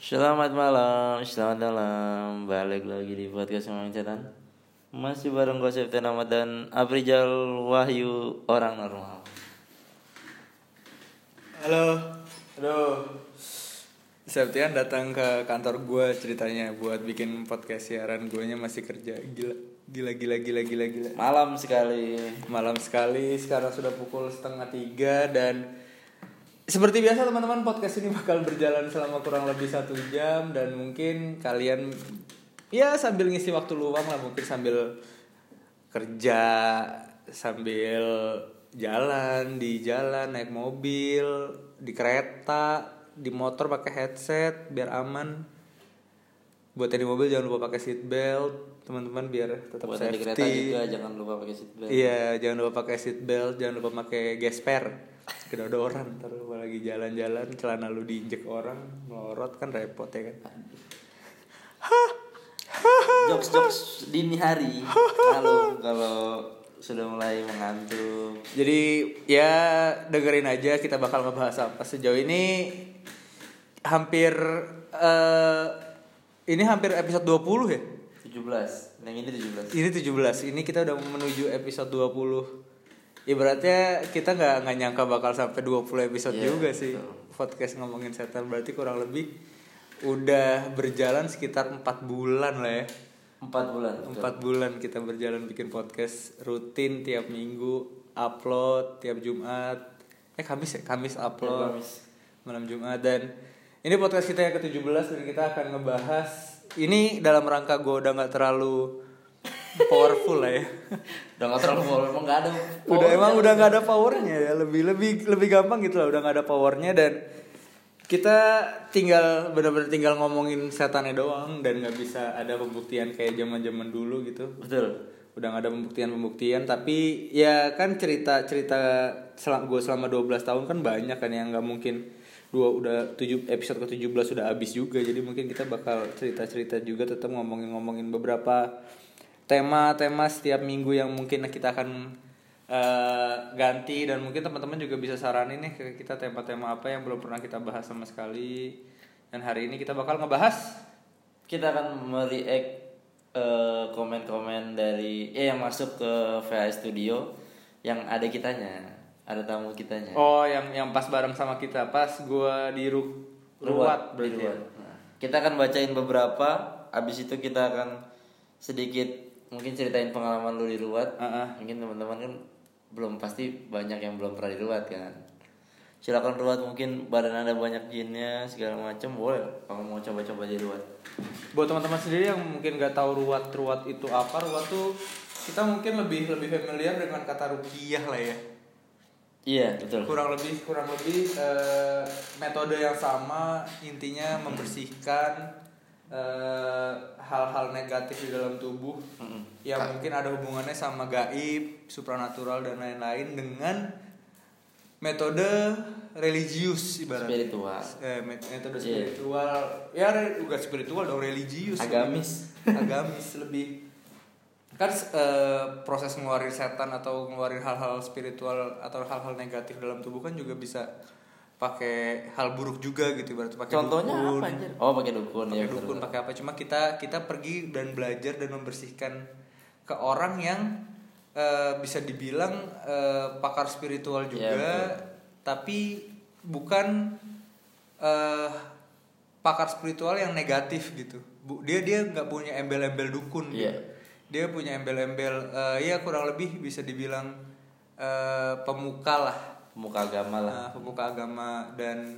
Selamat malam, balik lagi di podcast Ngomongin Setan. Masih bareng gue Septian Ahmad dan Aprijal Wahyu, orang normal. Halo, aduh, Septian datang ke kantor gue ceritanya buat bikin podcast siaran. Guanya masih kerja, gila. Malam sekali, sekarang sudah pukul 2:30 dan seperti biasa teman-teman, podcast ini bakal berjalan selama kurang lebih 1 jam. Dan mungkin kalian ya sambil ngisi waktu luang lah, mungkin sambil kerja, sambil jalan, di jalan, naik mobil, di kereta, di motor pakai headset biar aman. Buat yang di mobil jangan lupa pakai seat belt teman-teman biar tetap buat safety. di kereta juga jangan lupa pakai seat belt. Iya, jangan lupa pakai seat belt, jangan lupa pakai gesper. Kedodoran ntar lu lagi jalan-jalan celana lu diinjek orang melorot kan repot ya kan. Jokes dini hari. Kalau sudah mulai mengantuk. Jadi ya dengerin aja kita bakal ngebahas apa. Sejauh ini hampir episode 20 ya? 17. Yang ini 17. Ini 17. Ini kita udah menuju episode 20. Ibaratnya kita nggak nyangka bakal sampai 20 episode juga sih. Betul. Podcast Ngomongin Setan berarti kurang lebih udah berjalan sekitar 4 bulan lah ya. 4 bulan. 4 bulan kita berjalan bikin podcast rutin tiap minggu, upload tiap Jumat. Kamis upload. Kamis. Malam Jumat. Dan ini podcast kita yang ke-17 dan kita akan ngebahas ini dalam rangka gue udah nggak terlalu powerful lah ya. Udah nggak terlalu power, emang nggak ada. Udah nggak ada powernya ya, lebih gampang gitu lah, udah nggak ada powernya. Dan kita benar-benar tinggal ngomongin setannya doang dan nggak bisa ada pembuktian kayak zaman dulu gitu. Betul. Udah nggak ada pembuktian, tapi ya kan cerita gue selama 12 tahun kan banyak kan yang nggak mungkin episode ke-17 sudah habis juga. Jadi mungkin kita bakal cerita juga, tetap ngomongin beberapa tema setiap minggu yang mungkin kita akan ganti. Dan mungkin teman-teman juga bisa saranin nih ke kita tema-tema apa yang belum pernah kita bahas sama sekali. Dan hari ini kita bakal ngebahas, kita akan mereact komen-komen dari yang masuk ke VA Studio yang ada kitanya, ada tamu kitanya. Oh, yang pas bareng sama kita pas gua di Ruwat berarti. Nah, kita akan bacain beberapa, abis itu kita akan sedikit mungkin ceritain pengalaman lu di Ruwat. Mungkin teman-teman kan pasti banyak yang belum pernah di Ruwat kan. Silakan Ruwat, mungkin badan Anda banyak jinnya segala macam, boleh kalau mau coba-coba di Ruwat. Buat teman-teman sendiri yang mungkin nggak tahu Ruwat itu apa, Ruwat tuh kita mungkin lebih familiar dengan kata ruqyah lah ya. Iya, betul. Kurang lebih metode yang sama, intinya membersihkan hal-hal negatif di dalam tubuh yang mungkin ada hubungannya sama gaib, supranatural dan lain-lain dengan metode religius ibaratnya. Spiritual. Metode spiritual. Ya bukan spiritual dong, religius. Agamis lebih kan proses ngeluarin setan atau ngeluarin hal-hal spiritual atau hal-hal negatif dalam tubuh kan juga bisa pakai hal buruk juga gitu, berarti pakai contohnya dukun. apa anjir? Oh, pakai dukun. Pakai dukun, pakai apa? Cuma kita pergi dan belajar dan membersihkan ke orang yang bisa dibilang pakar spiritual juga, tapi bukan pakar spiritual yang negatif gitu. Dia nggak punya embel-embel dukun gitu. Dia punya embel-embel ya kurang lebih bisa dibilang pemuka agama dan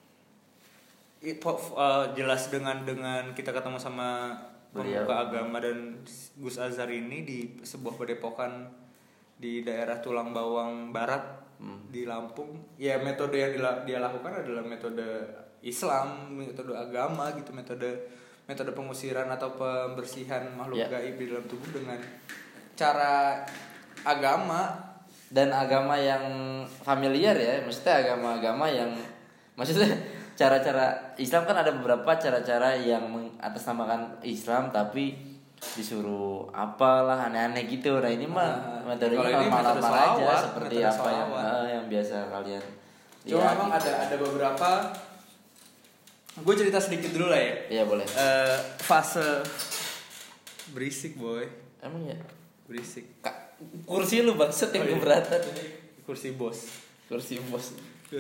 jelas dengan kita ketemu sama pemuka agama dan Gus Azhar ini di sebuah padepokan di daerah Tulang Bawang Barat di Lampung. Ya metode yang dia lakukan adalah metode Islam, metode agama gitu, metode pengusiran atau pembersihan makhluk gaib di dalam tubuh dengan cara agama. Dan agama yang familiar ya, maksudnya agama-agama yang cara-cara Islam kan ada beberapa cara-cara yang mengatasnamakan Islam tapi disuruh apalah aneh-aneh gitu. Nah ini mah metodenya normal-normal aja seperti apa yang biasa kalian. Cuma memang ada beberapa Gue cerita sedikit dulu lah ya. Iya boleh. Fase berisik boy. Emang ya? Berisik. Kursi lu bangset yang keberatan. Kursi bos. Kursi bos.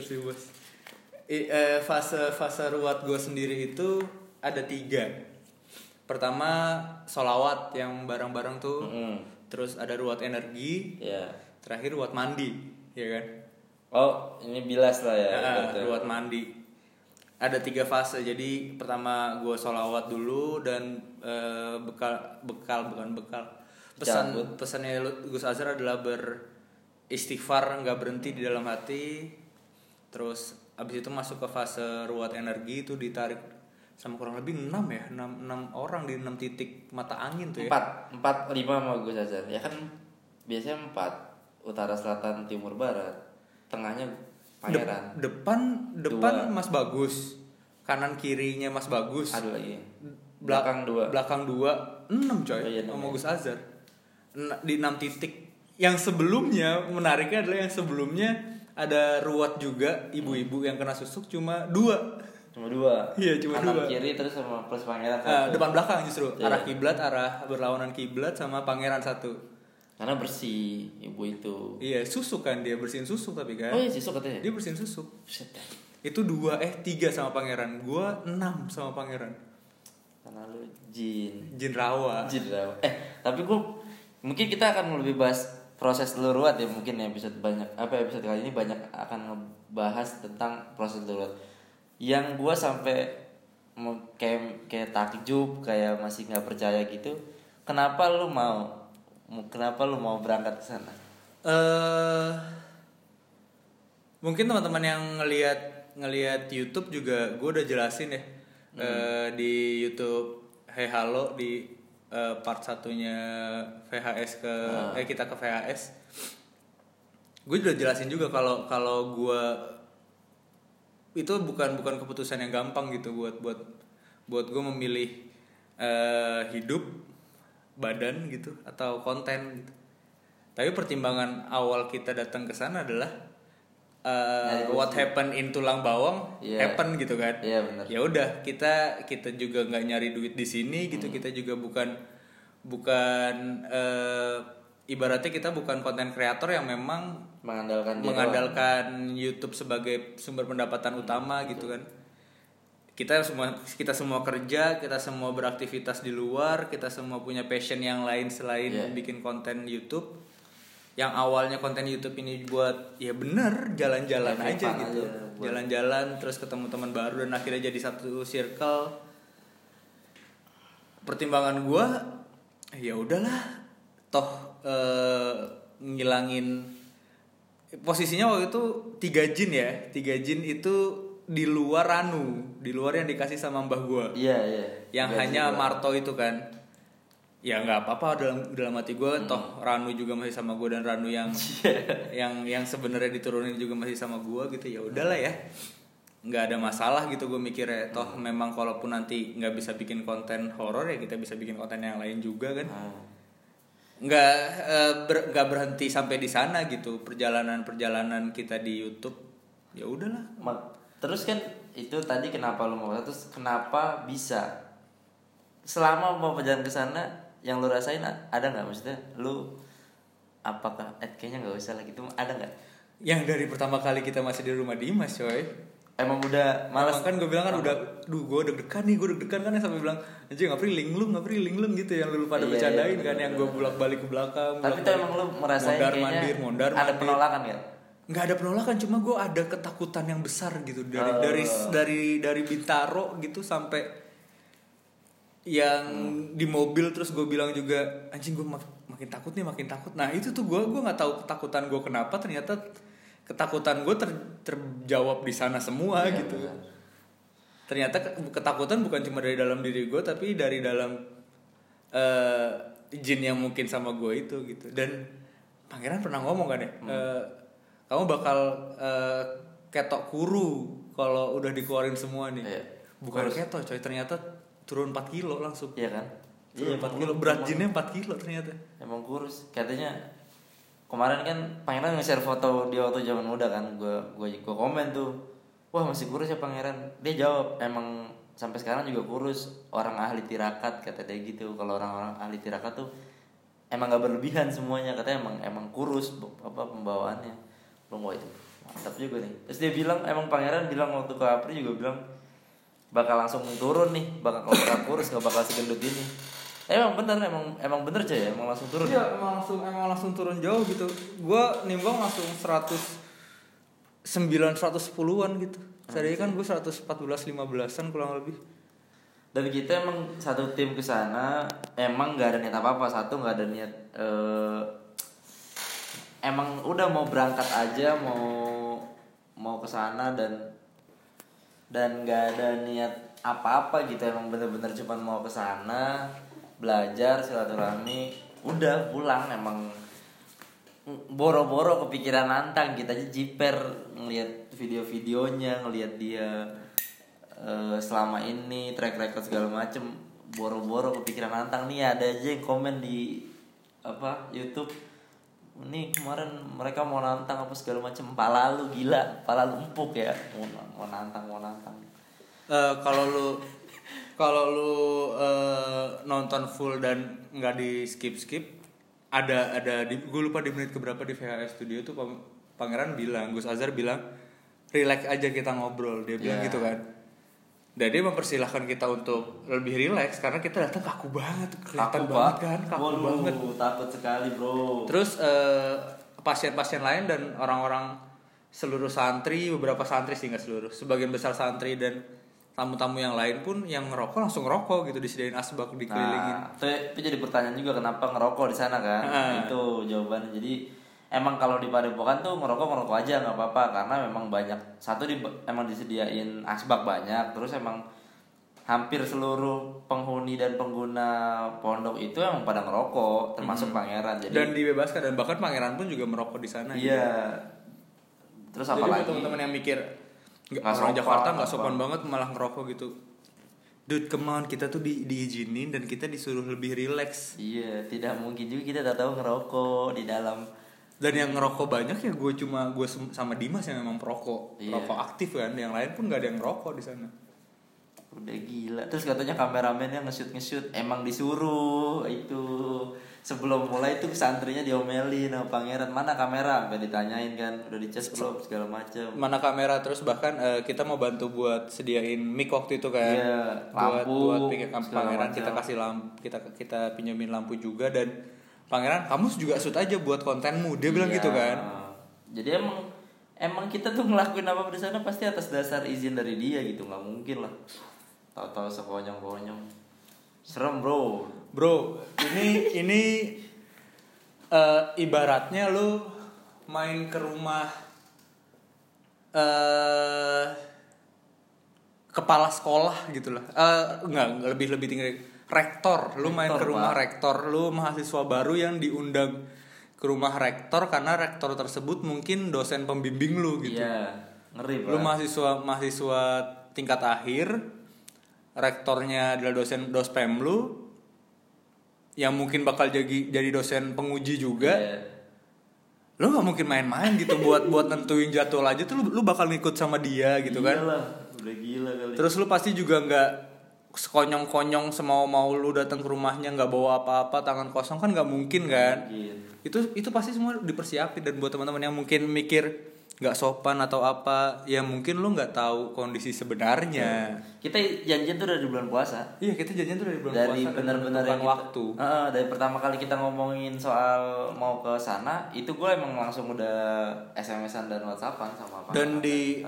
Fase ruwat gue sendiri itu ada 3. Pertama solawat yang bareng-bareng tuh. Terus ada ruwat energi. Iya. Terakhir ruwat mandi, ya kan? Oh, ini bilas lah ya. Ruwat mandi. Ada 3 fase. Jadi pertama gue solawat dulu dan pesannya Gus Azhar adalah beristighfar, nggak berhenti di dalam hati. Terus abis itu masuk ke fase ruwat energi, itu ditarik sama kurang lebih 6 orang di 6 titik mata angin tuh ya. 4, 5 sama Gus Azhar. Ya kan biasanya 4, utara, selatan, timur, barat. Tengahnya Pangeran. Depan 2. Mas Bagus. Kanan kirinya Mas Bagus. Ada lagi. Belakang 2. Belakang 2, 6 coy. Oh, iya, sama Gus Azhar. Di 6 titik. Yang sebelumnya menariknya adalah yang sebelumnya ada ruwat juga ibu-ibu yang kena susuk cuma 2. Cuma 2. Iya, cuma 2. Kanan kiri terus sama plus Pangeran 1. Depan belakang justru. Yeah. Arah kiblat, arah berlawanan kiblat sama Pangeran 1. Karena bersih ibu itu. Iya, susuk kan dia, bersihin susuk tapi kan. Oh iya, susuk katanya. Dia bersihin susuk. Buset. Itu 3 sama Pangeran. Gua 6 sama Pangeran. Karena lu jin Rawa. Tapi mungkin kita akan lebih bahas proses luruat ya, mungkin ya episode kali ini banyak akan ngebahas tentang proses luruat. Yang gua sampai kayak takjub, kayak masih nggak percaya gitu. Kenapa lu mau berangkat ke sana? Mungkin teman-teman yang ngelihat YouTube juga gue udah jelasin ya. Di YouTube Hey Halo di part 1-nya VHS kita ke VHS. Gue udah jelasin juga kalau gue itu bukan keputusan yang gampang gitu buat gue memilih hidup, badan gitu atau konten gitu. Tapi pertimbangan awal kita datang ke sana adalah what happen in tulang bawang happen gitu kan. Iya benar. Ya udah, kita juga nggak nyari duit di sini gitu. Kita juga bukan ibaratnya kita bukan konten kreator yang memang mengandalkan YouTube sebagai sumber pendapatan utama gitu kan. Kita semua kerja, kita semua beraktivitas di luar, kita semua punya passion yang lain selain bikin konten YouTube. Yang awalnya konten YouTube ini buat ya bener jalan-jalan aja gitu, jalan-jalan terus ketemu teman baru dan akhirnya jadi satu circle. Pertimbangan gue ya udahlah, toh ngilangin posisinya waktu itu 3 jin itu di luar yang dikasih sama mbah gue. Iya. Yang hanya Marto itu kan. Ya nggak apa-apa dalam hati gue, toh Ranu juga masih sama gue dan Ranu yang sebenarnya diturunin juga masih sama gue gitu. Ya udahlah ya, nggak ada masalah gitu gue mikirnya. Toh memang kalaupun nanti nggak bisa bikin konten horor ya kita bisa bikin konten yang lain juga kan. Nggak berhenti sampai di sana gitu perjalanan kita di YouTube. Ya udahlah. Terus kan itu tadi kenapa lu mau, terus kenapa bisa selama mau perjalanan ke sana yang lu rasain ada nggak, maksudnya lu apakah kayaknya nggak usah lah gitu, ada nggak? Yang dari pertama kali kita masih di rumah Dimas coy, emang udah malas kan. Gue bilang kan gue deg-degan kan, sampai bilang anjing ngapri linglung gitu yang lu pada bercandain kan, yang gue bolak-balik ke belakang. Tapi tuh emang lu merasain mondar ada penolakan ya? Nggak ada penolakan, cuma gue ada ketakutan yang besar gitu dari Bintaro gitu sampai yang di mobil. Terus gue bilang juga anjing gue makin takut. Nah itu tuh gue nggak tahu ketakutan gue kenapa, ternyata ketakutan gue terjawab di sana semua gitu. Benar. Ternyata ketakutan bukan cuma dari dalam diri gue, tapi dari dalam jin yang mungkin sama gue itu gitu. Dan Pangeran pernah ngomong kan ya, kamu bakal ketok kuru kalau udah dikeluarin semua nih. Bukan ketok coy, ternyata turun 4 kilo langsung. Iya kan? Turun 4 kilo, berat jinnya 4 kilo ternyata. Emang kurus. Katanya kemarin kan Pangeran nge-share foto dia waktu zaman muda kan. Gue komen tuh. wah masih kurus ya pangeran. Dia jawab, emang sampai sekarang juga kurus, orang ahli tirakat kata dia gitu. Kalau orang-orang ahli tirakat tuh emang gak berlebihan semuanya, katanya emang kurus apa pembawaannya. Belum, wah itu mantap juga nih. Terus dia bilang, emang pangeran bilang waktu ke Apri juga bilang bakal langsung turun nih, bakal kurus, gak bakal segendut ini. Emang bener coy, emang langsung turun. Iya, emang langsung turun jauh gitu. Gua nimbang langsung 110-an gitu. Tadi kan gue 114-15an kurang lebih. Dan kita emang satu tim ke sana emang nggak ada niat apa-apa. Satu nggak ada niat emang udah mau berangkat aja, mau ke sana dan nggak ada niat apa-apa gitu. Emang bener-bener cuma mau ke sana belajar silaturahmi, udah pulang. Emang boro-boro kepikiran nantang, kita aja jiper ngelihat video-videonya, ngelihat dia selama ini track record segala macem, boro-boro kepikiran nantang. Nih ada aja yang komen di YouTube, nih kemarin mereka mau nantang apa segala macem, pala lu gila, pala lu empuk ya, mau nantang. Kalau lu nonton full dan nggak di skip ada gue lupa di menit keberapa di VHS Studio tuh Pangeran bilang, Gus Azhar bilang relax aja kita ngobrol, dia bilang gitu kan. Dan dia mempersilahkan kita untuk lebih relax karena kita datang kaku banget, kelihatan banget kan, kaku banget. Takut sekali bro. Terus pasien-pasien lain dan orang-orang seluruh santri, beberapa santri sih nggak seluruh, sebagian besar santri dan tamu-tamu yang lain pun yang ngerokok langsung ngerokok gitu, disediain asbak dikelilingin. Itu jadi pertanyaan juga, kenapa ngerokok di sana kan? Itu jawabannya. Jadi emang kalau di Padepokan tuh ngerokok aja nggak apa-apa karena memang banyak, satu emang disediain asbak banyak, terus emang hampir seluruh penghuni dan pengguna pondok itu emang pada ngerokok, termasuk pangeran. Jadi dan dibebaskan, dan bahkan pangeran pun juga merokok di sana. Iya. Terus apa lagi? Teman-teman yang mikir orang Jakarta nggak sopan banget malah ngerokok gitu. Dude, come on, kita tuh diizinin dan kita disuruh lebih relax. Iya, tidak mungkin juga kita tak tahu ngerokok di dalam. Dan yang ngerokok banyak ya gue sama Dimas yang memang perokok, perokok aktif kan. Yang lain pun nggak ada yang ngerokok di sana. Udah gila. Terus katanya kameramennya nge-shoot, emang disuruh itu. Sebelum mulai tuh santrinya diomelin sama pangeran, mana kamera, sampai ditanyain kan, udah dicas belum segala macam. Mana kamera, terus bahkan kita mau bantu buat sediain mic waktu itu kan. Iya, lampu buat bikin pangeran macam. Kita kasih lampu, kita pinjemin lampu juga, dan pangeran kamu juga shoot aja buat kontenmu, dia bilang gitu kan. Jadi emang kita tuh ngelakuin apa di sana pasti atas dasar izin dari dia gitu, nggak mungkin lah tahu-tahu sekonyong-konyong. Serem bro. Ini ibaratnya lu main ke rumah kepala sekolah gitulah. Enggak, lebih tinggi. Rektor, lu main ke rumah rektor, lu mahasiswa baru yang diundang ke rumah rektor karena rektor tersebut mungkin dosen pembimbing lu gitu. Iya, ngeri Lu mahasiswa tingkat akhir, rektornya adalah dospem lu yang mungkin bakal jadi dosen penguji juga. Lu nggak mungkin main-main gitu buat nentuin jadwal aja tuh lu bakal ngikut sama dia gitu kan. Iyalah, udah gila kali. Terus lu pasti juga nggak sekonyong-konyong semau-mau lu datang ke rumahnya nggak bawa apa-apa, tangan kosong kan nggak mungkin kan. Itu pasti semua dipersiapin. Dan buat teman-teman yang mungkin mikir nggak sopan atau apa, ya mungkin lu nggak tahu kondisi sebenarnya. Kita janjian tuh dari bulan puasa. Iya, kita janjian tuh dari bulan puasa. Dari benar-benar waktu. Dari pertama kali kita ngomongin soal mau ke sana, itu gue emang langsung udah SMS-an dan WhatsApp-an sama apa. Dan di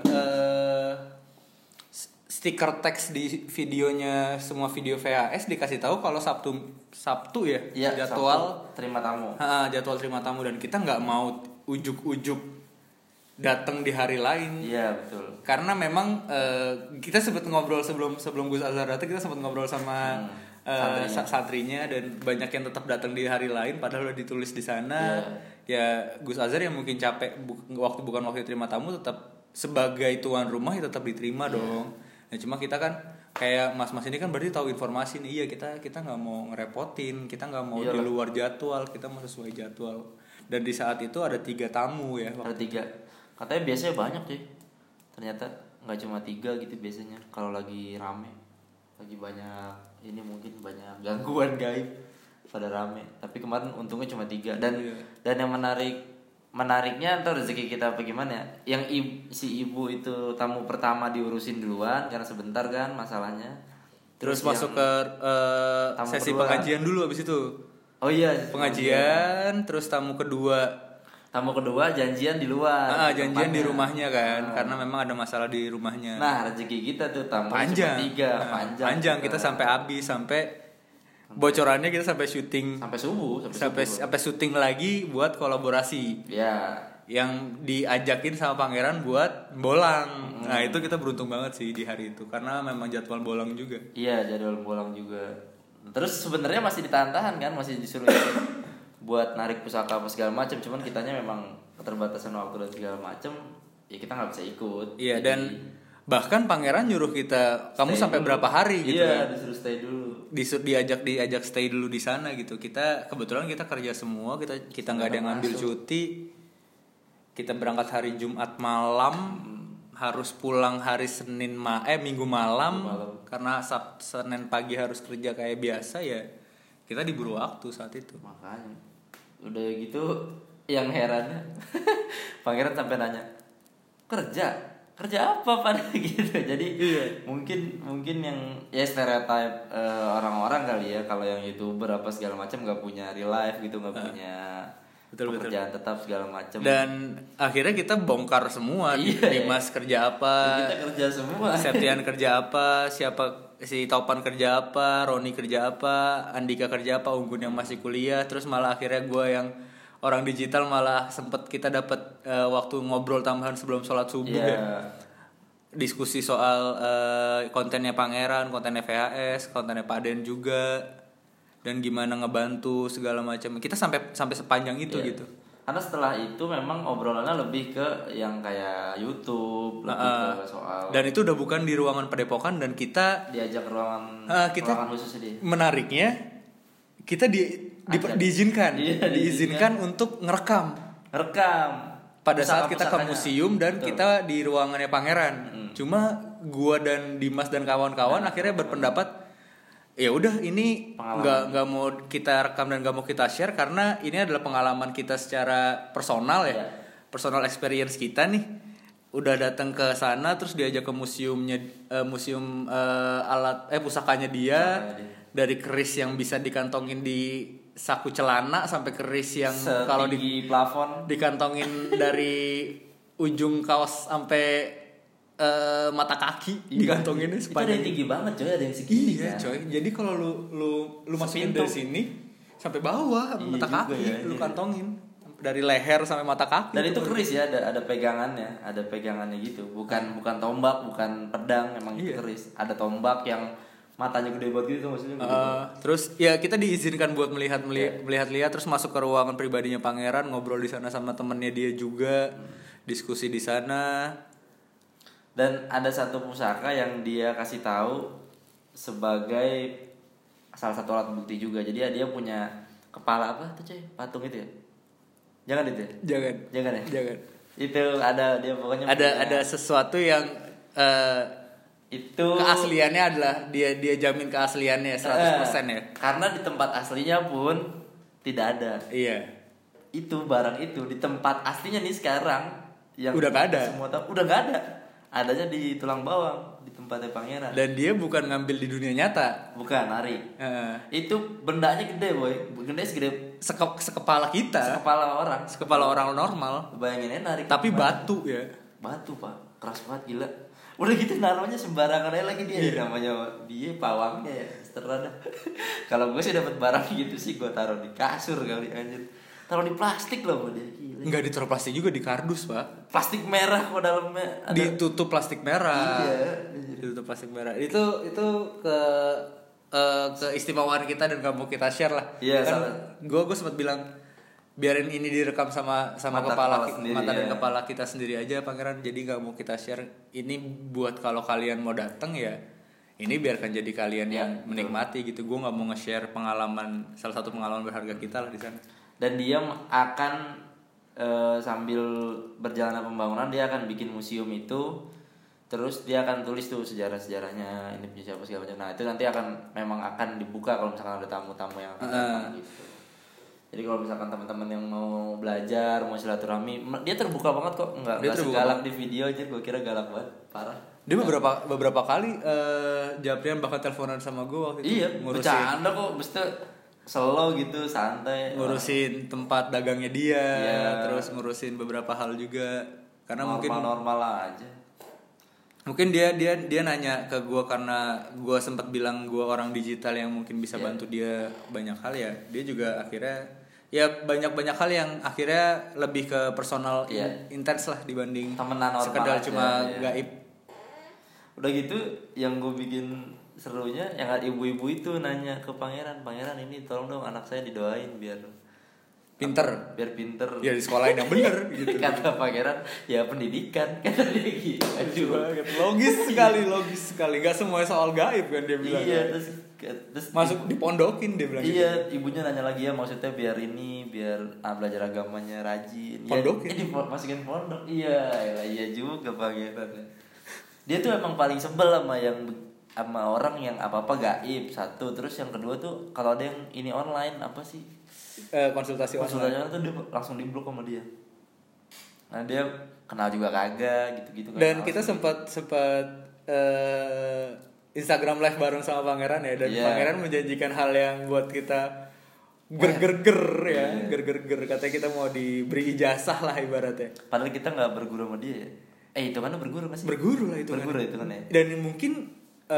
stiker teks di videonya, semua video VHS dikasih tahu kalau Sabtu ya, jadwal Sabtu, terima tamu. Jadwal terima tamu, dan kita nggak mau ujuk-ujuk datang di hari lain. Iya betul. Karena memang kita sempat ngobrol sebelum Gus Azhar datang, kita sempat ngobrol sama santrinya, dan banyak yang tetap datang di hari lain padahal udah ditulis di sana. Ya Gus Azhar yang mungkin capek bukan waktu terima tamu, tetap sebagai tuan rumah ya tetap diterima dong. Nah cuma kita kan kayak mas-mas ini kan berarti tahu informasi nih. Iya, kita nggak mau ngerepotin, kita nggak mau di luar jadwal, kita mau sesuai jadwal. Dan di saat itu ada 3 tamu ya. Ada 3. Katanya biasanya banyak sih. Ternyata nggak cuma 3 gitu biasanya kalau lagi rame, lagi banyak ini mungkin banyak gangguan gaib pada rame. Tapi kemarin untungnya cuma 3 dan yang menariknya atau rezeki kita apa gimana ya, yang si ibu itu tamu pertama diurusin duluan karena sebentar kan masalahnya, terus masuk ke sesi kedua, pengajian dulu abis itu. Oh iya, pengajian, terus tamu kedua janjian di luar. Janjian di rumahnya kan, karena memang ada masalah di rumahnya. Nah, rezeki kita tuh tamu panjang. Cuma 3, panjang kita sampai habis, sampai bocorannya kita sampai syuting sampai subuh, sampai syuting lagi buat kolaborasi. Ya. Yang diajakin sama pangeran buat bolang. Nah, itu kita beruntung banget sih di hari itu karena memang jadwal bolang juga. Iya, jadwal bolang juga. Terus sebenarnya masih ditahan-tahan kan, masih disuruh buat narik pusaka apa segala macam, cuman kitanya memang keterbatasan waktu dan segala macam, ya kita nggak bisa ikut. Iya, dan bahkan pangeran nyuruh kita kamu sampai berapa hari gitu. Iya, kan? disuruh stay dulu. Diajak stay dulu di sana gitu. Kita kebetulan kita kerja semua, kita nggak ada yang ngambil cuti. Kita berangkat hari Jumat malam, harus pulang hari Minggu malam. Karena Senin pagi harus kerja kayak biasa ya. Kita diburu waktu saat itu. Makanya udah gitu yang herannya pangeran sampai nanya, kerja apa pada gitu. Jadi mungkin yang ya stereotype orang-orang kali ya, kalau yang YouTuber apa segala macam nggak punya real life gitu, nggak punya pekerjaan tetap segala macam. Dan akhirnya kita bongkar semua. Dimas kerja apa, kita kerja semua. Septian kerja apa, si Topan kerja apa, Roni kerja apa, Andika kerja apa, Unggun yang masih kuliah. Terus malah akhirnya gue yang orang digital malah sempet kita dapat waktu ngobrol tambahan sebelum sholat subuh ya. Diskusi soal kontennya Pangeran, kontennya VHS, kontennya Pak Den juga, dan gimana ngebantu segala macam. Kita sampai sepanjang itu gitu. Karena setelah itu memang obrolannya lebih ke yang kayak YouTube, lebih ke soal. Dan itu udah bukan di ruangan Padepokan, dan kita diajak ke ruangan khusus dia. Menariknya kita diizinkan untuk ngerekam. Pada saat kita ke museum dan kita di ruangannya Pangeran. Cuma gua dan Dimas dan kawan-kawan akhirnya berpendapat, ya udah ini nggak mau kita rekam dan nggak mau kita share karena ini adalah pengalaman kita secara personal ya. Personal experience kita nih, udah datang ke sana terus diajak ke museum pusakanya dia. Dari keris yang bisa dikantongin di saku celana sampai keris yang kalau di plafon dikantongin dari ujung kaos sampai mata kaki dikantonginnya sepanjang. Itu ada yang tinggi banget coy, ada yang segini. Iya kan? Coy, jadi kalau lu masukin dari sini sampai bawah mata kaki ya, lu kantongin dari leher sampai mata kaki. Dan itu keris ya, ada pegangannya gitu, bukan tombak, bukan pedang, memang itu keris. Ada tombak yang matanya gede banget gitu maksudnya. Terus ya kita diizinkan buat melihat terus masuk ke ruangan pribadinya Pangeran, ngobrol di sana sama temennya dia juga, diskusi di sana. Dan ada satu pusaka yang dia kasih tahu sebagai salah satu alat bukti juga. Jadi dia punya kepala apa tuh coy? Patung itu ya? Jangan itu ya? Jangan ya? Jangan. Itu ada dia pokoknya ada sesuatu yang itu keasliannya adalah dia jamin keasliannya 100% ya. Karena di tempat aslinya pun tidak ada. Iya. Itu barang itu di tempat aslinya nih sekarang yang udah gak ada. Semua tahu udah gak ada. Adanya di tulang bawang di tempatnya Pangeran. Dan dia bukan ngambil di dunia nyata. Bukan, narik. Itu bendanya gede boy, gede segede sekepala kita. Sekepala orang normal. Bayanginnya narik. Tapi batu ya. Batu pak, keras banget gila. Udah gitu naruhnya sembarangan aja lagi dia. Namanya dia pawangnya ya, terada. Kalau gue sih dapat barang gitu sih gue taruh di kasur kali anjir. Taruh di plastik loh dia. Enggak ditaruh plastik juga, di kardus pak. Plastik merah kok dalamnya ada. Ditutup plastik merah. Iya. Ditutup plastik merah. Itu keistimewaan kita dan gak mau kita share lah. Iya. Kan gue sempat bilang biarin ini direkam sama mata dan kepala kita sendiri aja Pangeran. Jadi gak mau kita share. Ini buat kalau kalian mau datang ya. Ini biarkan jadi kalian yang menikmati gitu. Gue gak mau nge-share salah satu pengalaman berharga kita lah di sana. Dan dia akan sambil berjalan pembangunan dia akan bikin museum itu. Terus dia akan tulis tuh sejarah-sejarahnya, ini punya siapa segala macam. Nah, itu nanti memang akan dibuka kalau misalkan ada tamu-tamu yang akan datang gitu. Jadi kalau misalkan teman-teman yang mau belajar, mau silaturahmi, dia terbuka banget kok. Enggak segalak di video aja, gue kira galak banget, parah. Dia beberapa kali Japrian bahkan teleponan sama gue waktu itu. Iya, bercanda kok, mesti slow gitu, santai. Ngurusin tempat dagangnya dia, terus ngurusin beberapa hal juga. Karena normal aja. Mungkin dia nanya ke gue karena gue sempat bilang gue orang digital yang mungkin bisa bantu dia banyak hal ya. Dia juga akhirnya ya banyak hal yang akhirnya lebih ke personal intens lah dibanding temenan sekedar cuma gaib. Udah gitu yang gue bikin serunya yang ada ibu-ibu itu nanya ke pangeran ini tolong dong anak saya didoain biar pinter ya di sekolahin yang bener gitu. Kata pangeran ya pendidikan kata dia gitu. Logis sekali nggak semuanya soal gaib kan dia bilang. Iya terus masuk dipondokin dia bilang iya gitu. Ibunya nanya lagi ya maksudnya biar belajar agamanya rajin pondokin masukin pondok. Iya juga pangeran. Dia tuh emang paling sebel sama orang yang apa-apa gaib satu. Terus yang kedua tuh kalau ada yang ini online apa sih konsultasi online tuh dia langsung diblok sama dia. Nah dia kenal juga kagak gitu-gitu kan. Dan kita sempat Instagram live bareng sama pangeran ya. Dan pangeran menjanjikan hal yang buat kita gerger katanya kita mau diberi ijazah lah ibaratnya. Padahal kita nggak berguru sama dia ya. Itu kan berguru nggak sih? Berguru lah itu kan ya. Dan mungkin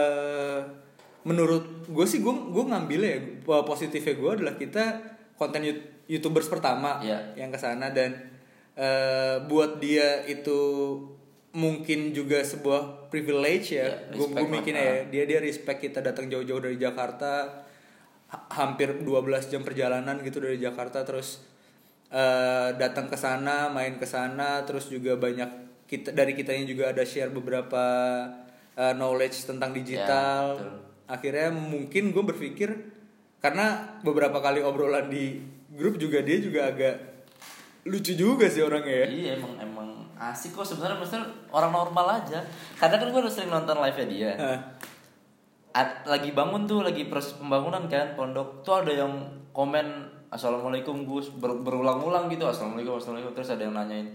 menurut gue sih gue ngambilnya ya positifnya gue adalah kita konten YouTubers pertama yang kesana dan buat dia itu mungkin juga sebuah privilege ya. Gue mikirnya ya dia respect kita datang jauh-jauh dari Jakarta, hampir 12 jam perjalanan gitu dari Jakarta, terus datang ke sana, main ke sana, terus juga banyak kitanya juga ada share beberapa knowledge tentang digital. Akhirnya mungkin gue berpikir karena beberapa kali obrolan di grup juga dia juga agak lucu juga sih orangnya ya. Iya emang asik kok sebenarnya, maksudnya orang normal aja. Kadang kan gue udah sering nonton live-nya dia. Lagi bangun tuh, lagi proses pembangunan kan pondok tuh, ada yang komen assalamualaikum Gus berulang-ulang gitu, assalamualaikum terus ada yang nanyain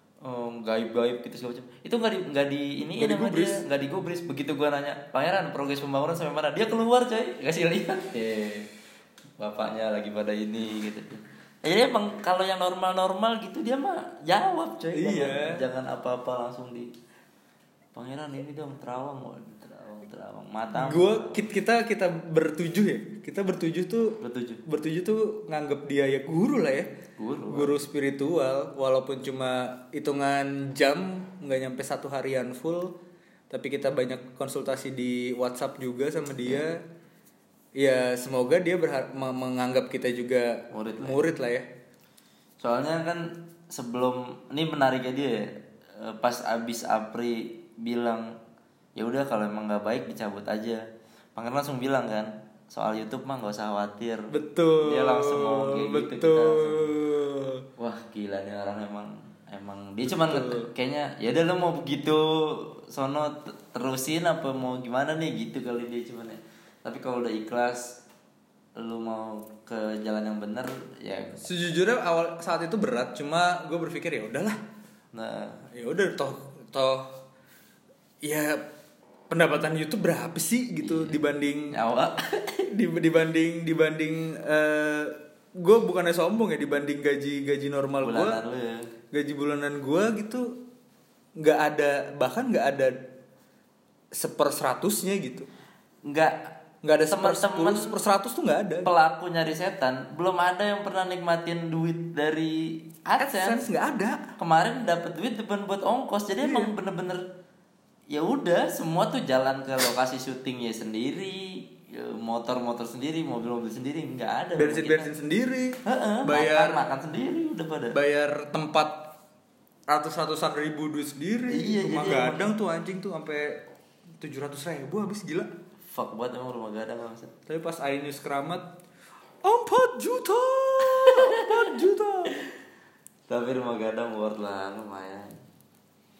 gaib gitu segala macam. Itu nggak digubris. Begitu gue nanya pangeran progres pembangunan sampai mana, dia keluar coy kasih lihat bapaknya lagi pada ini gitu. Jadi emang kalau yang normal gitu dia mah jawab coy. Jangan apa-apa langsung di pangeran ini dong terawang mata. Kita bertujuh ya. Kita bertujuh tuh nganggep dia ya guru lah ya. Guru spiritual walaupun cuma hitungan jam, nggak nyampe 1 harian full, tapi kita banyak konsultasi di WhatsApp juga sama dia. Ya semoga dia menganggap kita juga murid lah ya. Soalnya kan sebelum ini menariknya dia pas abis Apri bilang ya udah kalau emang nggak baik dicabut aja, pangeran langsung bilang kan soal YouTube mah nggak usah khawatir. Betul. Dia langsung ngomong kayak gitu. Wah gila nih orang emang dia cuman kayaknya ya udah lo mau begitu sono terusin apa mau gimana nih gitu kali dia cuman ya. Tapi kalau udah ikhlas lu mau ke jalan yang benar ya. Sejujurnya awal saat itu berat, cuma gue berpikir ya udahlah. Nah ya udah toh ya pendapatan YouTube berapa sih gitu dibanding dibanding gue bukannya sombong ya, dibanding gaji normal gue, gaji bulanan gue gitu nggak ada 1/100-nya gitu, nggak ada 1/100 tuh nggak ada. Pelaku nyari setan belum ada yang pernah nikmatin duit dari AdSense nggak ada. Kemarin dapat duit depan buat ongkos, jadi emang bener-bener ya udah semua tuh jalan ke lokasi syutingnya sendiri, motor sendiri, mobil sendiri, nggak ada. Bensin sendiri, makan sendiri, udah pada bayar tempat ratusan ribu duit sendiri. Rumah gadang tuh anjing tuh sampai 700.000 habis, gila. Fuck buat emang rumah gadang maksud. Tapi pas iNews keramat 4 juta. Tapi rumah gadang worth lah lumayan.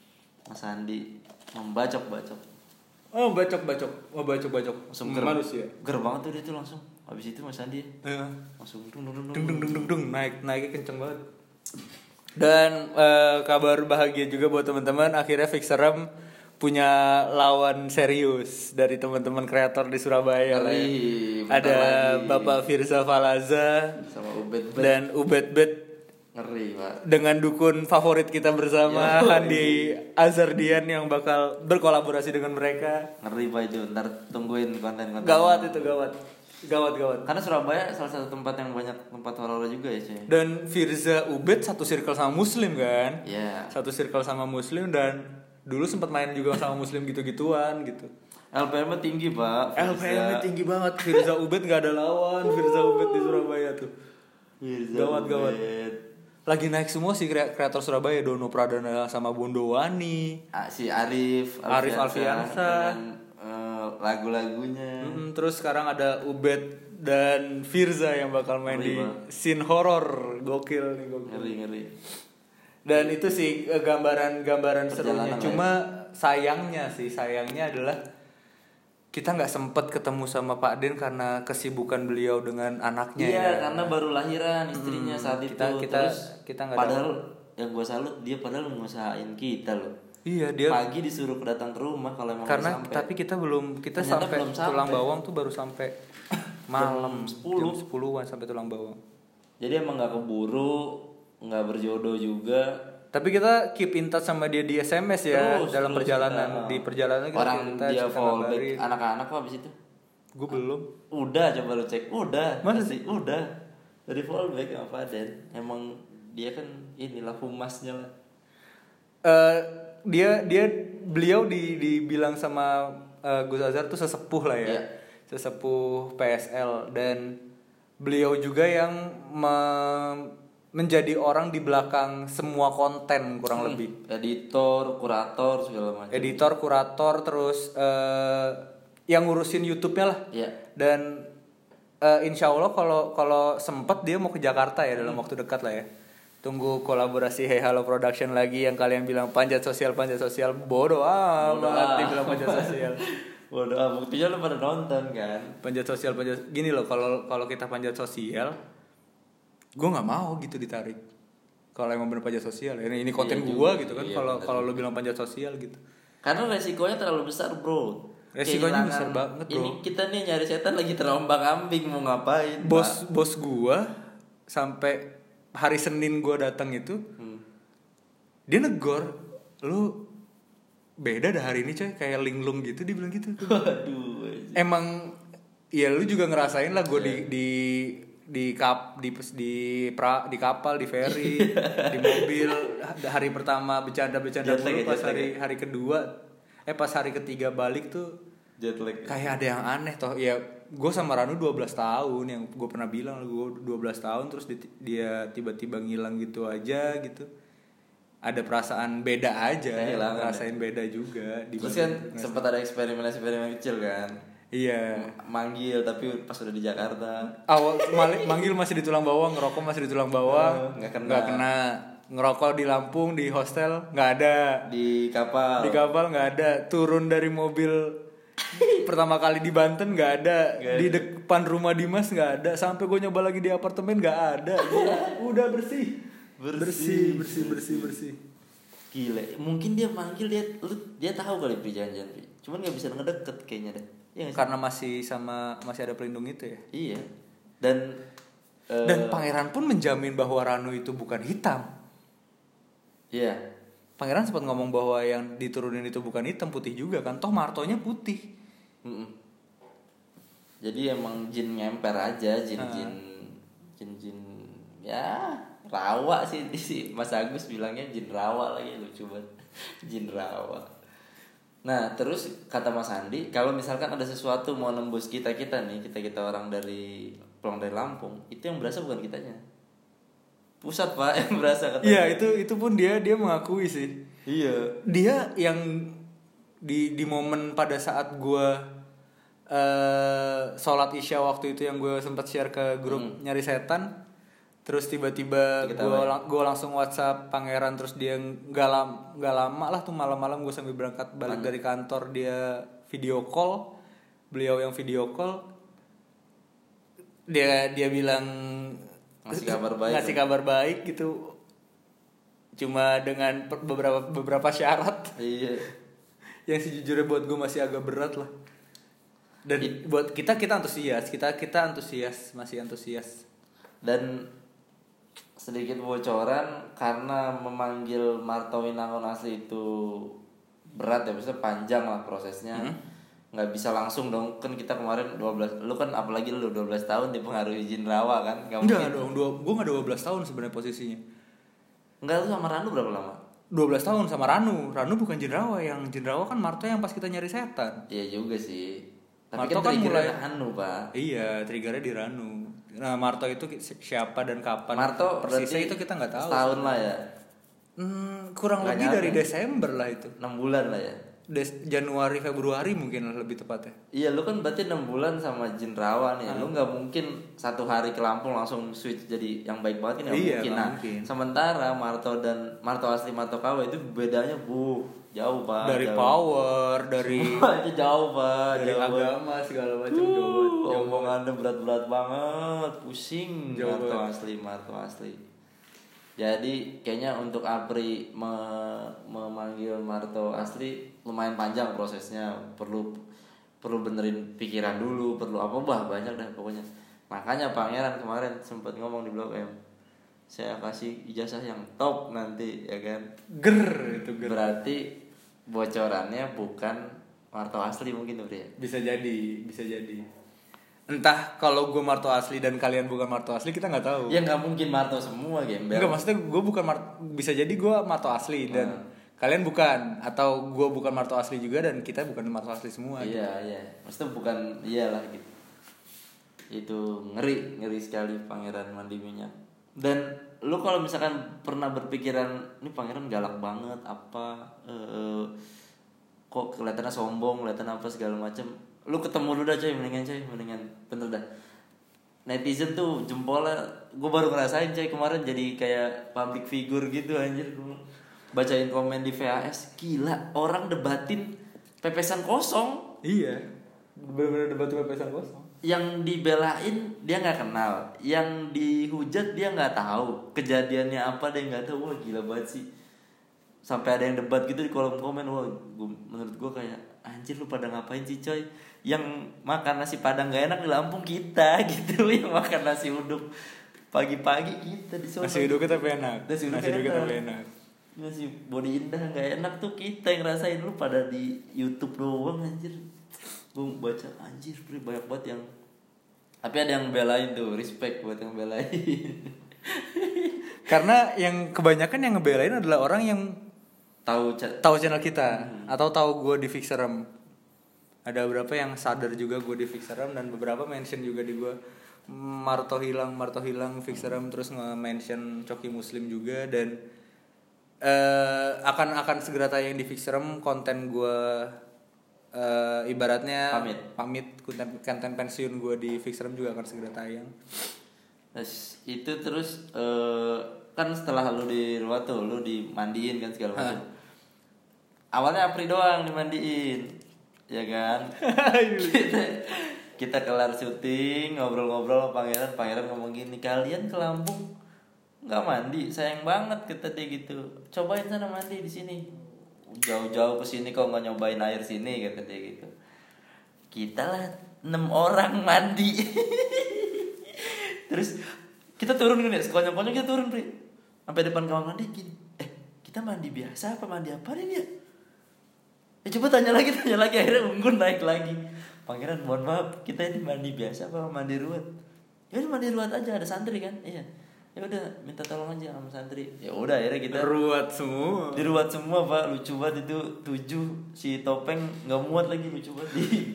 Mas Andi membacok-bacok. Oh, bacok. Langsung manusia. Ger banget tuh dia tuh langsung. Habis itu Mas Andi langsung dung naiknya kenceng banget. Dan kabar bahagia juga buat teman-teman, akhirnya Fixerem punya lawan serius dari teman-teman kreator di Surabaya. Ada lagi. Bapak Firza Falaza sama Ubed dan Ubed ngeri Pak, dengan dukun favorit kita bersama Handi Azardian yang bakal berkolaborasi dengan mereka. Ngeri Pak itu, ntar tungguin konten-konten. Gawat. Karena Surabaya salah satu tempat yang banyak tempat horor juga ya cuy. Dan Firza Ubed satu circle sama Muslim kan? Iya. Satu circle sama Muslim dan dulu sempat main juga sama Muslim gitu-gituan gitu. LPM-nya tinggi Pak. LPM-nya tinggi banget. Firza Ubed nggak ada lawan. Firza Ubed di Surabaya tuh. Gawat. Lagi naik semua sih kreator Surabaya, Dono Pradana sama Bondowani. Si Arif Alfiansa dengan lagu-lagunya. Terus sekarang ada Ubed dan Firza yang bakal main di scene horor. Gokil nih. Ngeri. Dan itu sih gambaran serunya. Cuma sayangnya adalah kita nggak sempet ketemu sama Pak Den karena kesibukan beliau dengan anaknya. Iya, karena baru lahiran istrinya saat itu. Kita padahal yang gue salut dia padahal ngusahain kita loh. Iya, dia pagi disuruh datang ke rumah kalau emang karena sampai. Tapi kita sampai Tulang Bawang tuh baru sampai malam 10-an sampai Tulang Bawang. Jadi emang nggak keburu, nggak berjodoh juga. Tapi kita keep in touch sama dia di SMS ya dalam perjalanan. Di perjalanan kita orang dia fallback anak-anak kok abis itu. Gue belum. Udah coba lu cek. Udah. Masih udah. Dari fallback apa Den? Emang dia kan inilah humasnya lah. Beliau dibilang sama Gus Azhar tuh sesepuh lah ya. Yeah. Sesepuh PSL dan beliau juga yang menjadi orang di belakang semua konten kurang lebih. Editor, kurator segala macam. Editor, kurator terus yang ngurusin YouTube-nya lah. Yeah. Dan insya Allah kalau sempet dia mau ke Jakarta ya dalam waktu dekat lah ya. Tunggu kolaborasi Hey Halo Production lagi yang kalian bilang panjat sosial bodoh banget bilang panjat sosial. Bodoh, buktinya lo pada nonton kan. Panjat sosial gini loh, kalau kita panjat sosial gue nggak mau gitu ditarik. Kalau emang bener panjat sosial ini konten gue gitu kan. Kalau lo bilang panjat sosial gitu. Karena resikonya terlalu besar bro. Resikonya besar banget bro. Ini kita nih nyari setan lagi terombang-ambing mau ngapain? Bos gue sampai hari Senin gue datang itu, dia negor, lu beda dah hari ini coy, kayak linglung gitu, dia bilang gitu. Waduh. Emang, ya lu juga ngerasain lah gue di kapal, di ferry, di mobil. Hari pertama bercanda dulu, pas hari kedua, pas hari ketiga balik tuh, jetlag. Kayak ada yang aneh toh, ya. Gue sama Ranu 12 tahun yang gue pernah bilang gue 12 tahun terus dia tiba-tiba ngilang gitu aja gitu. Ada perasaan beda aja, ngerasain beda juga. Terus kan sempat ada eksperimen kecil kan. Iya. Manggil tapi pas udah di Jakarta. Manggil masih di Tulang Bawang, ngerokok masih di Tulang Bawang. Nggak kena. Ngerokok di Lampung di hostel nggak ada. Di kapal nggak ada. Turun dari mobil pertama kali di Banten nggak ada. Di depan rumah Dimas nggak ada. Sampai gue nyoba lagi di apartemen nggak ada. Udah bersih. Gila, mungkin dia manggil dia tahu kali jangan cuman nggak bisa ngedeket kayaknya deh ya, karena masih ada pelindung itu ya. Iya. Dan Pangeran pun menjamin bahwa Ranu itu bukan hitam. Iya. Pangeran sempat ngomong bahwa yang diturunin itu bukan hitam, putih juga kan, toh martonya putih. Jadi emang jin ngemper aja, jin ya rawa sih Mas Agus bilangnya jin rawa lagi, lucu banget. Jin rawa. Nah terus kata Mas Andi, kalau misalkan ada sesuatu mau nembus kita nih, kita orang pulang dari Lampung, itu yang berasa bukan kitanya, pusat Pak yang berasa katanya. Iya itu pun dia mengakui sih. Iya. Dia yang di momen pada saat gue sholat isya waktu itu yang gue sempat share ke grup nyari setan. Terus tiba-tiba gue langsung WhatsApp Pangeran, terus dia nggak lama lah tuh malam-malam gue sambil berangkat balik dari kantor, dia video call, beliau yang video call, dia bilang ngasih kabar baik gitu, cuma dengan beberapa syarat. Iya. Yang sejujurnya buat gue masih agak berat lah. Dan buat kita antusias, masih antusias. Dan sedikit bocoran, karena memanggil Marto Winangun asli itu berat ya, maksudnya panjang lah prosesnya. Nggak bisa langsung dong, kan kita kemarin 12, lu kan apalagi lu 12 tahun dipengaruhi Jin Rawa kan. Enggak dong, gue nggak 12 tahun sebenarnya posisinya. Enggak, lu sama Ranu berapa lama? 12 tahun sama Ranu bukan Jin Rawa, yang Jin Rawa kan Marto yang pas kita nyari setan. Iya juga sih. Tapi Marto kan mulai Ranu, Pak. Iya, triggernya di Ranu. Nah, Marto itu siapa dan kapan? Marto persisnya itu kita nggak tahu. Setahun lah ya. Kurang lebih dari Desember lah itu. 6 bulan lah ya. Januari Februari mungkin lebih tepatnya. Iya, lu kan berarti 6 bulan sama Jin Rawa nih. Lu nggak mungkin satu hari ke Lampung langsung switch jadi yang baik banget ini. Iya, mungkin. Nah, sementara Marto asli Marto KW itu bedanya jauh Pak. Dari jauh. Power, dari semuanya jauh Pak. Dari jauh. Agama segala macam jauh. Omongannya berat-berat banget, pusing. Marto asli. Jadi kayaknya untuk Apri memanggil Marto asli lumayan panjang prosesnya, perlu benerin pikiran dulu, perlu banyak dah pokoknya. Makanya Pangeran kemarin sempat ngomong di Blog M, saya kasih ijazah yang top nanti ya kan. Itu ger. Berarti bocorannya bukan Marto asli mungkin tuh ya. Bisa jadi. Entah kalau gue Marto asli dan kalian bukan Marto asli, kita nggak tahu. Ya nggak mungkin Marto semua gembel. Enggak, maksudnya gue bukan bisa jadi gue Marto asli dan kalian bukan, atau gue bukan Marto asli juga dan kita bukan Marto asli semua. Iya. Maksudnya bukan, iyalah gitu. Itu ngeri sekali Pangeran mandi minyak. Dan lu kalau misalkan pernah berpikiran ini Pangeran galak banget kok kelihatannya sombong, kelihatan apa segala macam, lu ketemu dulu dah mendingan bener dah. Netizen tuh jempolnya, gue baru ngerasain kemarin jadi kayak public figure gitu anjir. Gue bacain komen di VHS, gila orang debatin pepesan kosong. Iya, bener-bener debat pepesan kosong. Yang dibelain dia nggak kenal, yang dihujat dia nggak tahu kejadiannya apa, dia nggak tahu. Wah gila banget sih, sampai ada yang debat gitu di kolom komen. Wah menurut gue kayak anjir, lu pada ngapain sih coy? Yang makan nasi padang gak enak di Lampung kita gitu, yang makan nasi uduk pagi-pagi kita di sana. Nasi uduk kita enak. Nasi Bodi Indah gak enak tuh kita yang rasain, lu pada di YouTube doang anjir. Gue baca anjir banyak banget yang, tapi ada yang belain tuh, respect buat yang belain. Karena yang kebanyakan yang ngebelain adalah orang yang tahu channel kita atau tahu gue di Fixerem. Ada beberapa yang sadar juga gue di Fixerem dan beberapa mention juga di gue Marto hilang Fixerem, terus nge-mention Coki Muslim juga. Dan akan segera tayang di Fixerem konten gue, ibaratnya pamit konten pensiun gue di Fixerem juga akan segera tayang. Itu terus kan setelah lu di luar tuh lu dimandiin kan segala macam. Awalnya Apri doang dimandiin, ya kan. kita kelar syuting, ngobrol-ngobrol sama Pangeran ngomong gini, kalian ke Lampung nggak mandi, sayang banget kata dia gitu. Cobain sana mandi di sini, jauh-jauh ke sini kok nggak nyobain air sini kata dia gitu. Kita lah 6 orang mandi. Terus kita turun kan ya, sekonyong-konyong kita turun sampai depan kamar mandi gini. Kita mandi biasa apa mandi apa nih ya? Coba tanya lagi akhirnya Unggun naik lagi. Pangeran mohon maaf, kita ini mandi biasa apa mandi ruwet? Ya udah mandi ruwet aja, ada santri kan? Iya. Ya udah minta tolong aja sama santri. Ya udah akhirnya kita ruwet semua. Diruwet semua Pak, lucu banget itu 7 si Topeng enggak muat lagi, lucu banget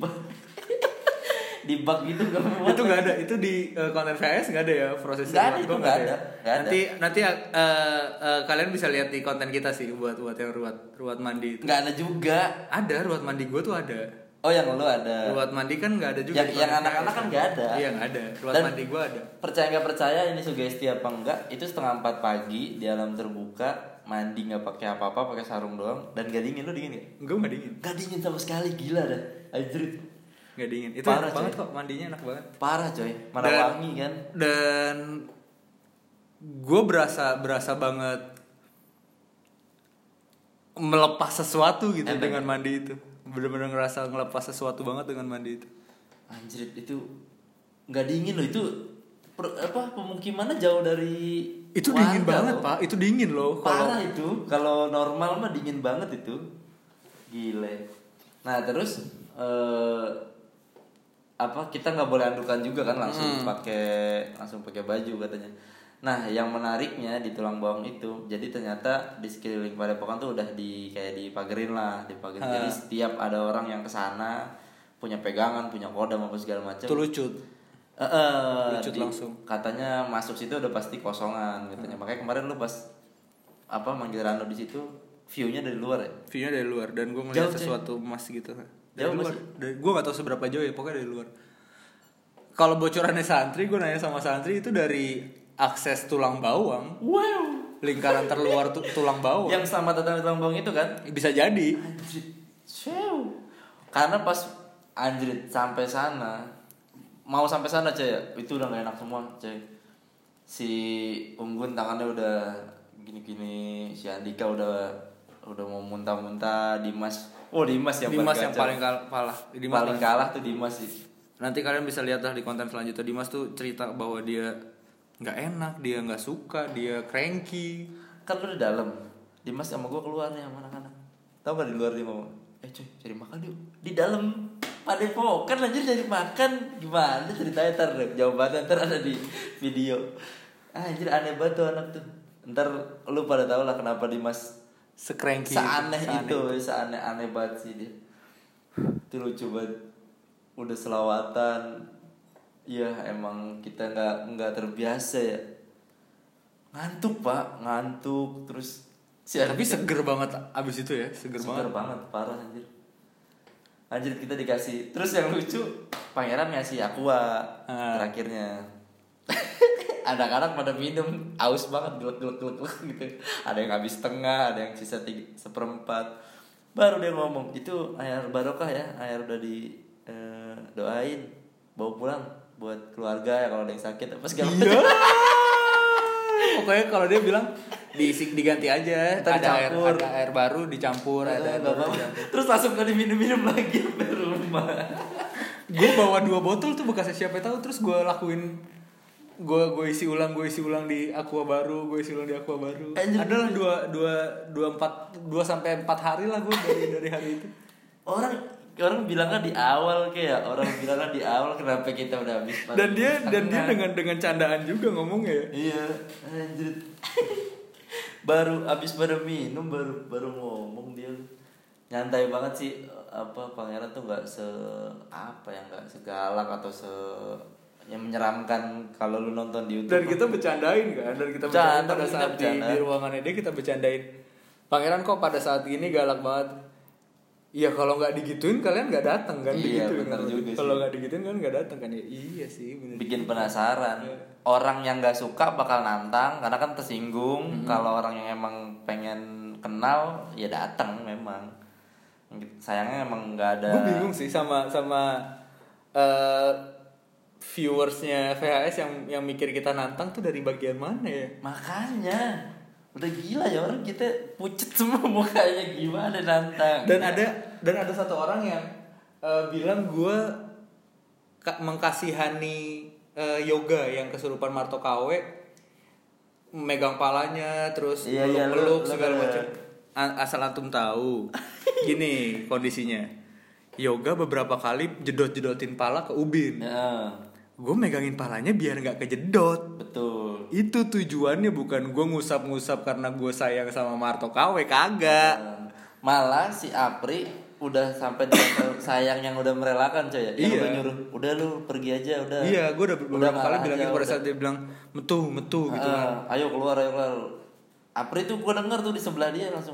di bak gitu enggak muat. Itu enggak ada, itu di konten VS enggak ada ya prosesnya. Enggak ada. Nanti kalian bisa lihat di konten kita sih buat yang ruwet mandi itu. Enggak ada juga. Ada ruwet mandi gue tuh ada. Oh yang lu ada. Ruat mandi kan nggak ada juga. Yang anak-anak kan nggak ada. Iya nggak ada. Ruat mandi gua ada. Percaya nggak percaya ini sugesti apa enggak? Itu 3:30 pagi di alam terbuka, mandi nggak pakai apa-apa, pakai sarung doang dan gak dingin. Lu dingin nggak? Nggak dingin. Gak dingin sama sekali, gila dah. Anjir. Nggak dingin. Itu parah, enak banget coy. kok, mandinya enak banget. Parah coy. Mana wangi kan? Dan gue berasa banget melepas sesuatu gitu dengan mandi itu. Bener-bener ngerasa ngelepas sesuatu banget dengan mandi itu. Anjir, itu nggak dingin loh, itu pemukimannya jauh dari itu dingin banget loh. Pak, itu dingin loh. Parah itu, kalau normal mah dingin banget itu, gile. Nah terus kita nggak boleh andukan juga kan, langsung pakai baju katanya. Nah yang menariknya di Tulang Bawang itu, jadi ternyata di sekeliling Padepokan tuh udah dipagerin. Jadi setiap ada orang yang kesana punya pegangan, punya kodam apa segala macam. Itu lucut langsung. Katanya masuk situ udah pasti kosongan katanya. Makanya kemarin lu pas manggil Rano di situ, view-nya dari luar ya? View-nya dari luar dan gue ngeliat sesuatu emas gitu. Dari luar. Gue gak tahu seberapa jauh ya, pokoknya dari luar. Kalau bocorannya santri, gue nanya sama santri itu dari akses Tulang Bawang. Wow. Lingkaran terluar Tulang Bawang. Yang Selamat Datang di Tulang Bawang itu kan? Bisa jadi. Anjrit. Karena pas anjrit sampai sana, mau sampai sana coy ya, itu udah gak enak semua coy. Si Unggun tangannya udah gini-gini, si Andika udah mau muntah-muntah, Dimas yang paling kalah tuh Dimas sih. Nanti kalian bisa lihat lah di konten selanjutnya, Dimas tuh cerita bahwa dia nggak enak, dia nggak suka, dia cranky. Kan lu di dalam, Dimas sama gue keluar nih sama anak-anak. Tahu gak di luar dia mau, cuy cari makan yuk. Di dalam Padepokan lanjut cari makan, gimana ceritanya? Ntar jawabannya ntar ada di video. Anjir aneh banget tuh anak tuh. Ntar lu pada tahu lah kenapa Dimas se-cranky, seaneh banget sih dia. Itu lucu banget. Udah selawatan, ya emang kita nggak terbiasa ya. Ngantuk pak, terus. Tapi seger banget abis itu ya, seger banget, parah anjir kita dikasih. Terus yang lucu, Pangeran ngasih aqua terakhirnya. Anak-anak pada minum, aus banget, gelek gitu. Ada yang habis setengah, ada yang sisa 1/4. Baru dia ngomong, itu air barokah ya, air udah doain, bawa pulang buat keluarga ya kalau ada yang sakit apa segala macam. Pokoknya kalau dia bilang diganti aja, ada air baru dicampur, terus langsung gak diminum lagi sampai rumah. Gue bawa 2 botol tuh bekasnya siapa tahu, terus gue lakuin, gue isi ulang di aqua baru, adalah 2 sampai 4 hari lah gue dari hari itu. Orang bilangnya di awal kenapa kita udah habis. Dan dia dengan candaan juga ngomongnya ya. Iya, anjir. baru minum baru ngomong dia. Nyantai banget sih, Pangeran tuh nggak segalak atau yang menyeramkan kalau lu nonton di YouTube. Dan kita bercandain kan, pada saat di ruangannya dia kita bercandain. Pangeran kok pada saat ini galak banget. Iya kalau nggak digituin kalian nggak datang kan? Iya benar juga sih. Kalau nggak digituin kan nggak datang kan ya. Iya sih. Bener. Bikin penasaran. Ya. Orang yang nggak suka bakal nantang karena kan tersinggung. Kalau orang yang emang pengen kenal ya datang memang. Sayangnya emang nggak ada. Gue bingung sih sama viewersnya VHS yang mikir kita nantang tuh dari bagian mana ya? Makanya. Udah gila ya orang kita pucet semua mukanya, gimana nantang. Dan ada satu orang yang bilang gue mengkasihani yoga yang kesurupan Marto KW, megang palanya terus peluk segala macam. Asal antum tahu, gini kondisinya. Yoga beberapa kali jedot-jedotin pala ke ubin. Ya. Gue megangin palanya biar nggak kejedot. Betul. Itu tujuannya, bukan gue ngusap-ngusap karena gue sayang sama Marto KW, kagak. Malah si Apri udah sampai sayang yang udah merelakan coy ya. Yang udah nyuruh, udah lu pergi aja udah. Iya, gue udah beberapa kali bilang gitu pada saat dia bilang metu gitu kan. Ayo keluar. Apri tuh gue denger tuh di sebelah dia langsung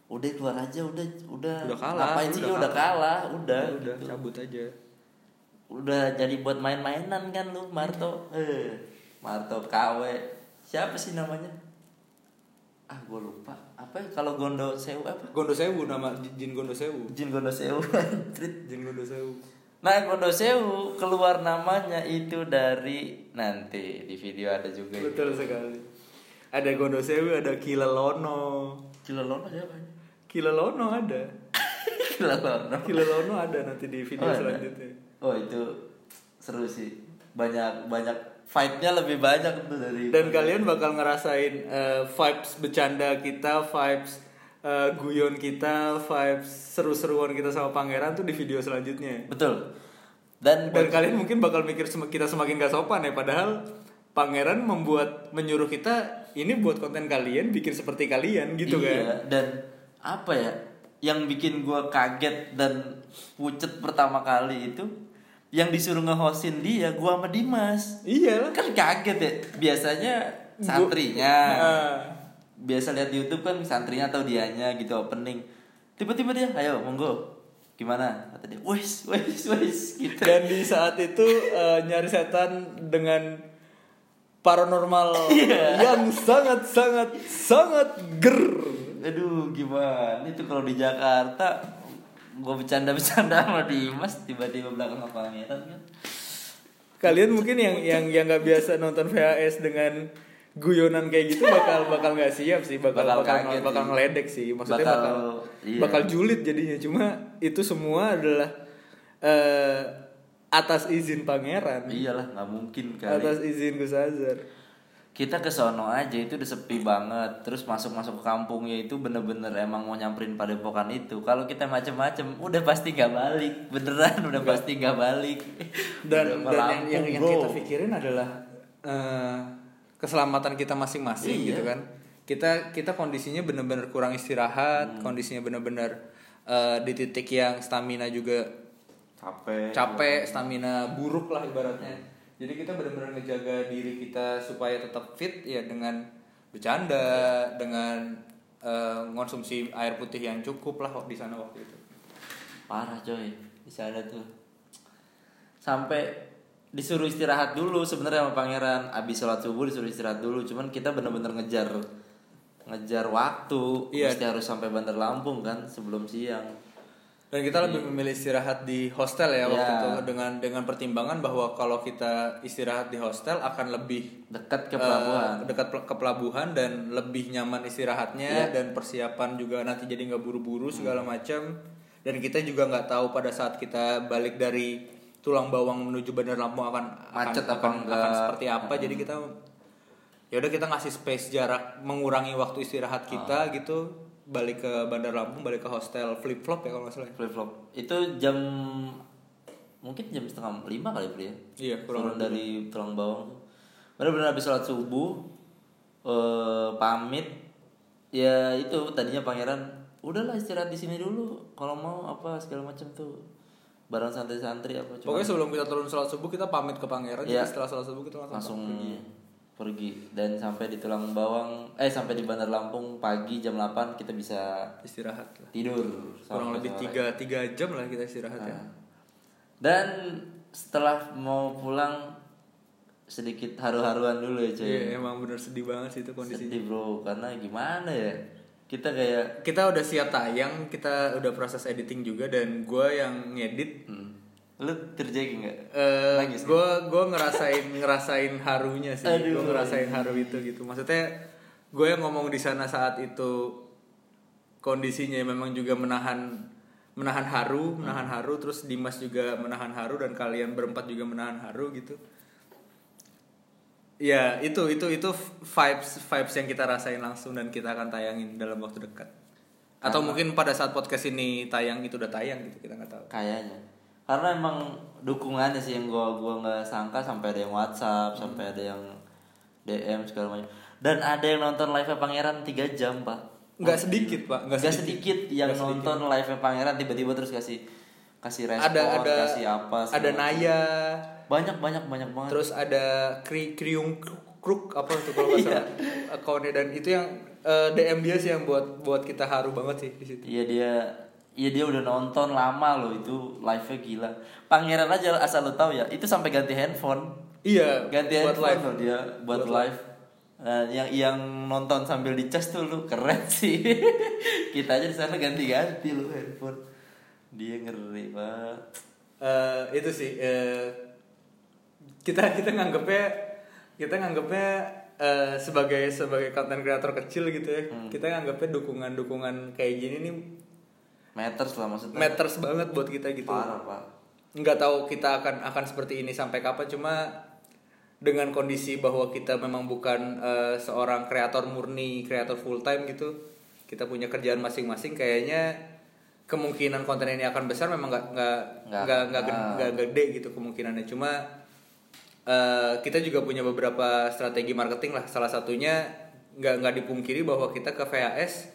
udah keluar aja, udah kalah, ngapain sih, udah kalah, udah gitu. Cabut aja. Udah jadi buat main-mainan kan lu, Marto. Marto KW. Siapa sih namanya? Gue lupa. Apa kalau Gondo Sewu apa? Gondo Sewu, nama Jin Gondo Sewu. Jin Gondo Sewu. Jin Gondo Sewu. Nah, Gondo Sewu keluar namanya itu dari, nanti di video ada juga. Betul sekali. Ada Gondo Sewu, ada Kilalono. Kilalono siapa? Kilalono ada. Kilalono ada nanti di video selanjutnya. Oh, itu seru sih. Banyak fight-nya lebih banyak tuh dari. Dan kalian bakal ngerasain vibes bercanda kita, vibes guyon kita, vibes seru-seruan kita sama pangeran tuh di video selanjutnya. Betul. Dan kalian mungkin bakal mikir kita semakin gak sopan ya, padahal pangeran menyuruh kita ini buat konten kalian, bikin seperti kalian gitu kan. Iya, dan apa ya yang bikin gue kaget dan pucet pertama kali itu, yang disuruh nge-hostin dia gua sama Dimas. Iya kan kaget ya, biasanya santrinya biasa lihat di YouTube kan santrinya atau dianya gitu opening, tiba-tiba dia ayo monggo gimana kata dia, wes gitu. Dan di saat itu nyari setan dengan paranormal yang sangat ger. Aduh gimana itu kalau di Jakarta gue bercanda sama Dimas, tiba-tiba belakang pangeran kan. Kalian mungkin yang nggak biasa nonton VHS dengan guyonan kayak gitu bakal nggak siap sih, bakal ngeledek sih, maksudnya bakal julid jadinya. Cuma itu semua adalah atas izin pangeran. Iyalah, nggak mungkin kali. Atas izin Gus Azhar. Kita ke sono aja itu udah sepi banget. Terus masuk ke kampungnya itu bener-bener emang mau nyamperin padepokan itu. Kalau kita macem-macem udah pasti gak balik. Beneran udah pasti gak balik. Dan yang kita pikirin adalah keselamatan kita masing-masing gitu kan. Kita kondisinya bener-bener kurang istirahat, kondisinya bener-bener di titik yang stamina juga capek, stamina buruk lah ibaratnya. Jadi kita benar-benar ngejaga diri kita supaya tetap fit ya dengan bercanda, dengan konsumsi air putih yang cukup lah di sana waktu itu. Parah coy, di sana tuh. Sampai disuruh istirahat dulu sebenarnya sama pangeran. Abis sholat subuh disuruh istirahat dulu, cuman kita benar-benar ngejar waktu. Mesti harus sampai Bandar Lampung kan sebelum siang. Dan kita lebih memilih istirahat di hostel ya waktu itu dengan pertimbangan bahwa kalau kita istirahat di hostel akan lebih dekat ke pelabuhan, dan lebih nyaman istirahatnya dan persiapan juga nanti jadi nggak buru-buru segala macam. Dan kita juga nggak tahu pada saat kita balik dari Tulang Bawang menuju Bandar Lampung akan seperti apa. Jadi kita ya udah kita ngasih space jarak, mengurangi waktu istirahat kita gitu. Balik ke Bandar Lampung, balik ke hostel flip-flop ya kalau nggak salah. Flip-flop. Itu mungkin jam 4:30 kali ya. Iya, turun dari Tulang Bawang tuh. Benar-benar habis sholat subuh pamit. Ya itu tadinya pangeran, udahlah istirahat di sini dulu. Kalau mau apa segala macam tuh. Bareng santri-santri apa. Pokoknya sebelum kita turun sholat subuh kita pamit ke pangeran. Jadi setelah sholat subuh kita langsung pergi dan sampai di Tulang Bawang sampai di Bandar Lampung pagi jam 8 kita bisa istirahat lah. Tidur kurang lebih 3 jam lah kita istirahat ya. Dan setelah mau pulang sedikit haru-haruan dulu ya cuy. Iya, emang bener sedih banget sih itu kondisinya. Sedih bro, karena gimana ya, kita udah siap tayang, kita udah proses editing juga, dan gue yang ngedit. Lu terjadi nggak? Nangis. Gue ngerasain harunya sih. Gue ngerasain haru itu gitu. Maksudnya gue yang ngomong di sana saat itu kondisinya memang juga menahan haru. Terus Dimas juga menahan haru dan kalian berempat juga menahan haru gitu. Ya itu vibes yang kita rasain langsung dan kita akan tayangin dalam waktu dekat. Atau mungkin pada saat podcast ini tayang itu udah tayang gitu, kita nggak tahu. Kayaknya. Karena emang dukungannya sih yang gua nggak sangka, sampai ada yang WhatsApp, sampai ada yang DM segala macam. Dan ada yang nonton live Pangeran 3 jam, Pak. Nggak sedikit, Pak. Nggak sedikit yang nonton live Pangeran tiba-tiba terus kasih respon, kasih apa. Ada Naya. Banyak banget. Terus ada Crook apa tuh kalau nggak salah akunnya, dan itu yang DM dia sih yang buat kita haru banget sih di situ. Iya dia udah nonton lama loh, itu live-nya gila. Pangeran aja asal lo tahu ya, itu sampai ganti handphone. Iya, ganti buat handphone live loh dia buat live. Nah, yang nonton sambil dicas tuh lu keren sih. Kita aja di sana ganti-ganti lu handphone. Dia ngeri banget. Itu sih kita nganggapnya sebagai content creator kecil gitu ya. Kita nganggapnya dukungan kayak gini nih matters lah maksudnya. Matters banget buat kita gitu. Parah. Nggak tahu kita akan seperti ini sampai kapan, cuma dengan kondisi bahwa kita memang bukan seorang kreator murni, kreator full time gitu. Kita punya kerjaan masing-masing, kayaknya kemungkinan konten ini akan besar memang nggak gede gitu kemungkinannya. Cuma kita juga punya beberapa strategi marketing lah. Salah satunya nggak dipungkiri bahwa kita ke VHS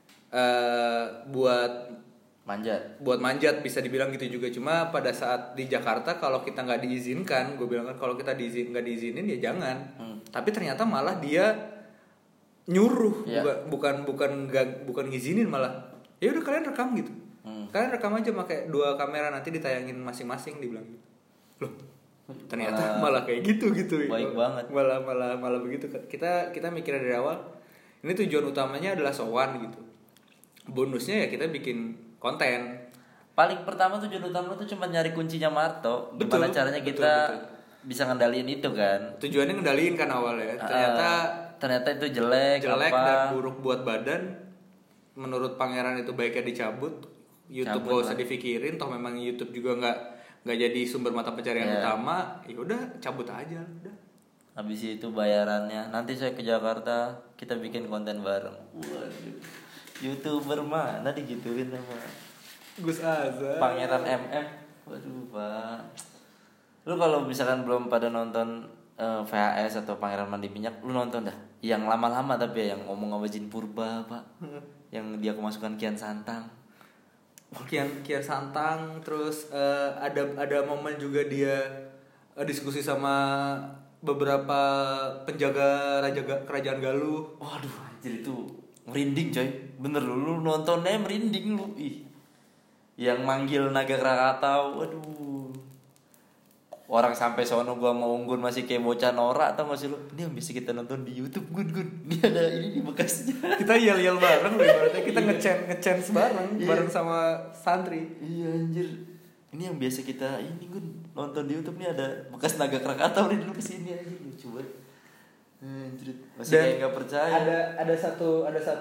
buat manjat bisa dibilang gitu juga. Cuma pada saat di Jakarta kalau kita nggak diizinkan, gue bilang kan kalau kita nggak diizinin ya jangan. Tapi ternyata malah dia nyuruh, bukan ngizinin, malah ya udah kalian rekam gitu. Kalian rekam aja pakai 2 kamera, nanti ditayangin masing-masing, dibilang gitu. Loh, ternyata malah kayak gitu. Baik banget. Malah begitu. Kita mikirnya dari awal ini tujuan utamanya adalah sowan gitu. Bonusnya ya kita bikin konten. Paling pertama tujuan utama tuh cuma nyari kuncinya Marto. Gimana caranya kita bisa ngendaliin itu kan? Tujuannya ngendaliin kan awalnya. Ternyata itu jelek dan buruk buat badan. Menurut Pangeran itu baiknya dicabut. YouTube gak usah dipikirin. Toh memang YouTube juga nggak jadi sumber mata pencarian utama. Ya udah cabut aja udah. Habis itu bayarannya. Nanti saya ke Jakarta, kita bikin konten bareng. Waduh. YouTuber mana digituin sama Gus Azhar, Pangeran MM. Waduh Pak, lu kalau misalkan belum pada nonton VHS atau Pangeran Mandi Minyak, lu nonton dah yang lama-lama tapi yang ngomong sama Jin Purba Pak. Yang dia kemasukan Kian Santang. Kian Santang. Terus ada momen juga dia diskusi sama beberapa penjaga kerajaan Galuh. Waduh anjir, itu merinding coy, bener lu nontonnya merinding lu. Yang manggil naga Krakatau, waduh. Orang sampai sono gua mau Unggun masih kayak bocah norak, atau masih lu ini yang bisa kita nonton di YouTube Gun. Ini ada ini di bekasnya. Kita yel bareng loh, ibaratnya kita nge-chance bareng sama santri. Iya anjir. Ini yang biasa kita ini Gun nonton di YouTube nih, ada bekas naga Krakatau nih, dulu kesini aja lucu banget. Masih kayak nggak percaya. Ada satu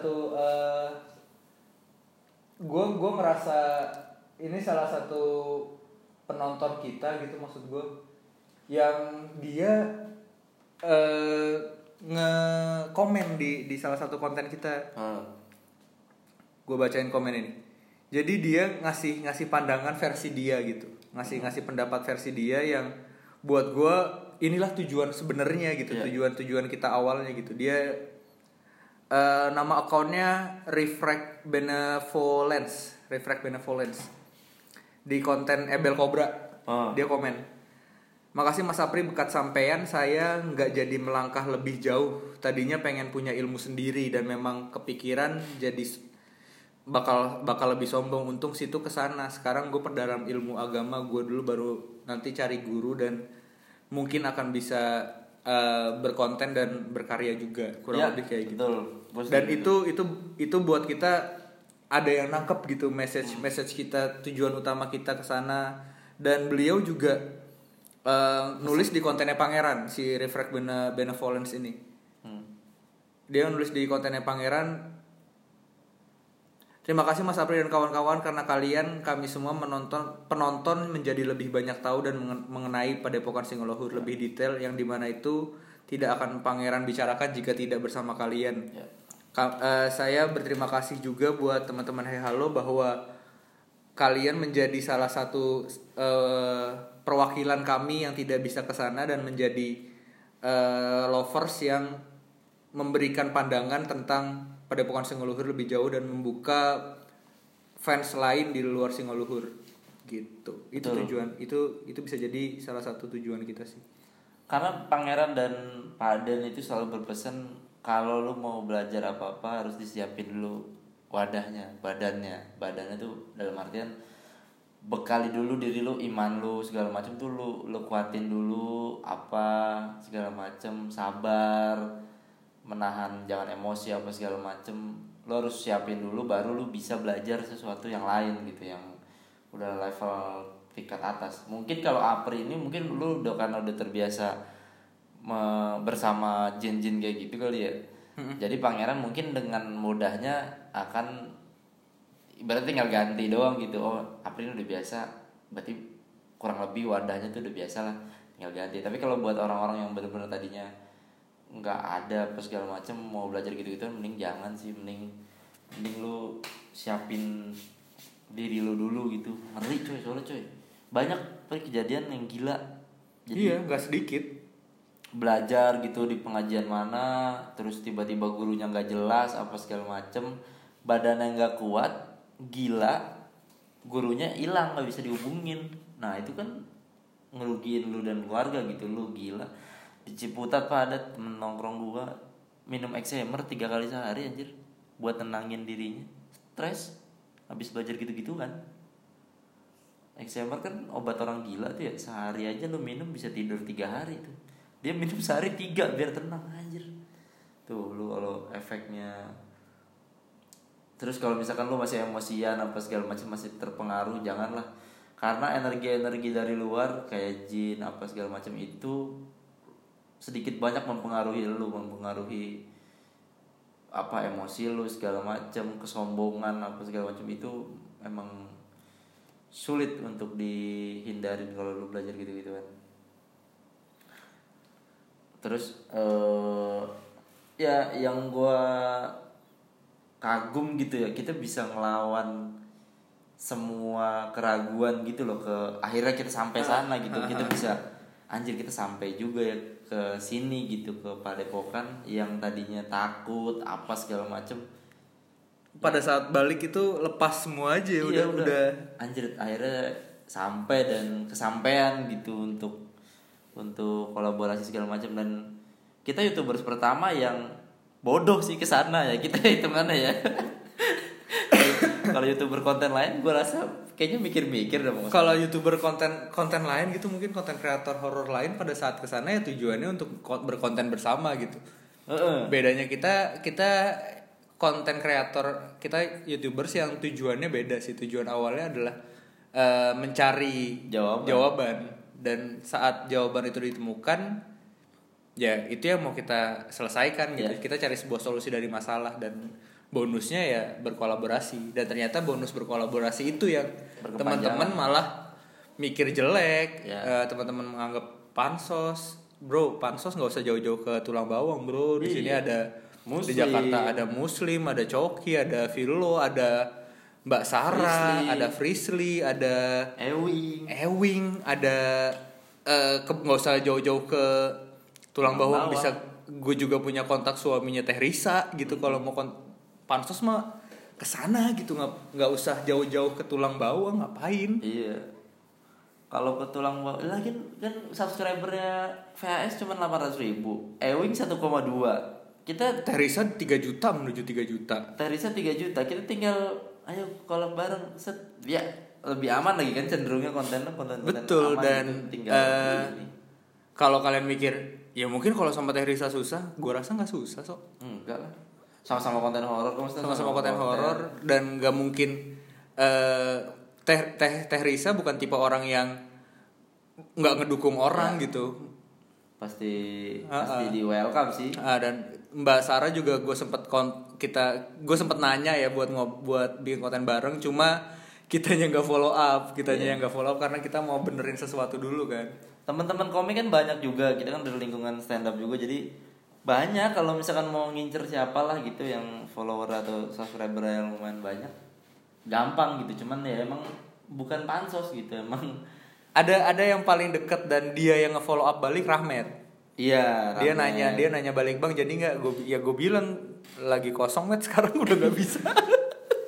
gue merasa ini salah satu penonton kita gitu, maksud gue, yang dia nge-komen di salah satu konten kita. Gue bacain komen ini. Jadi dia ngasih pandangan versi dia gitu, ngasih pendapat versi dia yang buat gue inilah tujuan sebenarnya gitu, tujuan kita awalnya gitu. Dia nama akunnya Refract Benevolence di konten Ebel Cobra. Dia komen, makasih Mas Apri, berkat sampean saya nggak jadi melangkah lebih jauh. Tadinya pengen punya ilmu sendiri dan memang kepikiran jadi bakal lebih sombong. Untung situ kesana. Sekarang gue perdalam ilmu agama gue dulu, baru nanti cari guru dan mungkin akan bisa berkonten dan berkarya juga, kurang lebih kayak gitu. Dan itu buat kita ada yang nangkep gitu message kita, tujuan utama kita kesana. Dan beliau juga nulis di kontennya Pangeran, si Refract Benevolence ini. Dia nulis di kontennya Pangeran, terima kasih Mas Apri dan kawan-kawan, karena kalian kami semua penonton menjadi lebih banyak tahu dan mengenai Padepokan Singolohuur lebih detail, yang dimana itu tidak akan Pangeran bicarakan jika tidak bersama kalian. Saya berterima kasih juga buat teman-teman Hey Halo bahwa kalian menjadi salah satu perwakilan kami yang tidak bisa kesana dan menjadi lovers yang memberikan pandangan tentang Padepokan Singolohuur lebih jauh dan membuka fans lain di luar Singolohuur gitu. Itu tujuan, itu bisa jadi salah satu tujuan kita sih. Karena Pangeran dan Paden itu selalu berpesan kalau lu mau belajar apa-apa harus disiapin dulu wadahnya, badannya tuh dalam artian bekali dulu diri lu, iman lu segala macam tuh lu kuatin dulu apa segala macam, sabar, menahan jangan emosi apa segala macam. Lu harus siapin dulu baru lu bisa belajar sesuatu yang lain gitu yang udah level tingkat atas. Mungkin kalau Apri ini mungkin lu karena udah terbiasa bersama jin-jin kayak gitu kali ya. Jadi Pangeran mungkin dengan mudahnya akan ibaratnya tinggal ganti doang gitu. Oh, Apri ini udah biasa, berarti kurang lebih wadahnya tuh udah biasa lah, tinggal ganti. Tapi kalau buat orang-orang yang benar-benar tadinya nggak ada apa segala macam mau belajar gitu-gitu, mending jangan sih, mending lu siapin diri lu dulu gitu. Ngeri coy, soalnya coy banyak kejadian yang gila. Jadi iya, nggak sedikit. Belajar gitu di pengajian mana, terus tiba-tiba gurunya nggak jelas apa segala macem, badannya nggak kuat, gila, gurunya hilang nggak bisa dihubungin. Nah itu kan ngerugiin lu dan keluarga gitu. Lu gila di Ciputat ada temen nongkrong gua minum Exemer 3 kali sehari anjir buat tenangin dirinya, stres habis belajar gitu-gitu kan. Exemer kan obat orang gila tuh ya, sehari aja lu minum bisa tidur 3 hari tuh. Dia minum sehari 3 biar tenang anjir. Tuh lu kalau efeknya. Terus kalau misalkan lu masih emosian apa segala macam masih terpengaruh, janganlah. Karena energi-energi dari luar kayak jin apa segala macam itu sedikit banyak mempengaruhi lu, mempengaruhi apa emosi lu segala macam, kesombongan apa segala macam itu emang sulit untuk dihindarin kalau lu belajar gitu-gitu kan. Terus ya yang gua kagum gitu ya, kita bisa ngelawan semua keraguan gitu loh, ke akhirnya kita sampai sana gitu. Kita bisa anjir kita sampai juga ya ke sini gitu, ke Padepokan yang tadinya takut apa segala macem. Pada saat balik itu lepas semua aja. Iya, udah anjir akhirnya sampai dan kesampaian gitu untuk kolaborasi segala macam. Dan kita YouTubers pertama yang bodoh sih kesana ya, kita hitungannya ya. Kalau YouTuber konten lain gue rasa kayaknya mikir-mikir dah mau. Kalau YouTuber konten lain gitu, mungkin konten kreator horor lain pada saat kesana ya tujuannya untuk berkonten bersama gitu. Bedanya kita konten kreator, kita YouTubers yang tujuannya beda sih. Tujuan awalnya adalah mencari jawaban. Dan saat jawaban itu ditemukan, ya itu yang mau kita selesaikan gitu. Kita cari sebuah solusi dari masalah, dan bonusnya ya berkolaborasi. Dan ternyata bonus berkolaborasi itu yang teman-teman malah mikir jelek. Teman-teman menganggap pansos, bro, pansos nggak usah jauh-jauh ke Tulang Bawang bro. Di sini ada Muslim. Di Jakarta ada Muslim, ada Coki, ada Vilo, ada Mbak Sarah, ada Frisly, ada Ewing, ada nggak usah jauh-jauh ke Tulang Bawang. Bisa gue juga punya kontak suaminya Teh Risa gitu. Kalau mau pansos mah kesana gitu, nggak usah jauh-jauh ke Tulang Bawang, ngapain? Iya. Kalau ke Tulang Bawang lagi kan subscribernya VHS cuma 800.000, Ewing 1,2. Kita Teresa 3 juta menuju 3 juta. Teresa 3 juta. Kita tinggal ayo collab bareng set. Ya lebih aman lagi kan, cenderungnya konten betul aman. Dan gitu, tinggal kalau kalian mikir ya mungkin kalau sama Teresa susah, gua rasa nggak susah sok. Enggak lah. Sama-sama konten horor, sama-sama konten horor. Dan nggak mungkin Teh Risa bukan tipe orang yang nggak ngedukung orang gitu. Pasti di welcome sih. Dan Mbak Sarah juga gue sempet nanya ya buat bikin konten bareng, cuma kitanya nggak follow up, yang nggak follow up karena kita mau benerin sesuatu dulu kan. Teman-teman komik kan banyak juga, kita kan dari lingkungan stand up juga, jadi banyak. Kalau misalkan mau ngincer siapa lah gitu yang follower atau subscriber yang lumayan banyak, gampang gitu. Cuman ya emang bukan pansos gitu, emang ada yang paling deket dan dia yang nge-follow up balik, Rahmat. Iya. Dia nanya balik, bang jadi nggak? Gue bilang lagi kosong met, sekarang udah nggak bisa.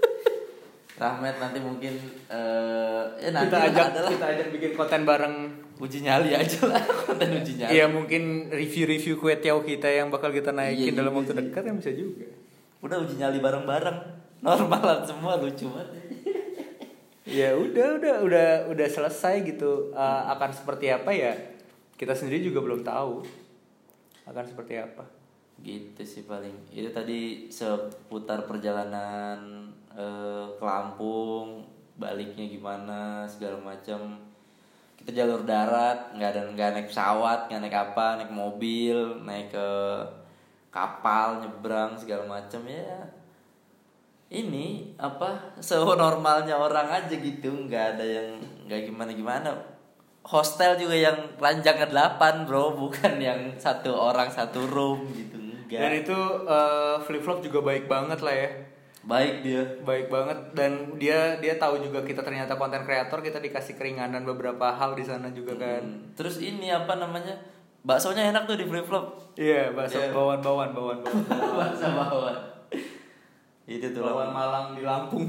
Rahmat nanti mungkin kita ajak bikin konten bareng uji nyali aja lah, konten uji nyali. Iya mungkin review-review kue tiaw kita yang bakal kita naikin dalam waktu dekat yang bisa juga. Udah uji nyali bareng-bareng, normalan semua, lucu banget. Ya udah selesai gitu. Akan seperti apa ya? Kita sendiri juga belum tahu akan seperti apa. Gitu sih paling. Itu tadi seputar perjalanan ke Lampung, baliknya gimana segala macam. Kita jalur darat, nggak naik pesawat, nggak naik apa, naik mobil, naik ke kapal, nyebrang segala macam ya. Ini apa senormalnya orang aja gitu, nggak ada yang nggak gimana. Hostel juga yang ranjangnya 8 bro, bukan yang satu orang satu room gitu, enggak. Dan itu flip flop juga baik banget lah ya. Baik banget, dan dia tahu juga kita ternyata konten kreator, kita dikasih keringanan beberapa hal di sana juga kan. Terus ini apa namanya, baksonya enak tuh di flip flop. Iya, bakso bawaan. Bakso bawaan. Itu tuh bawaan Malang di Lampung.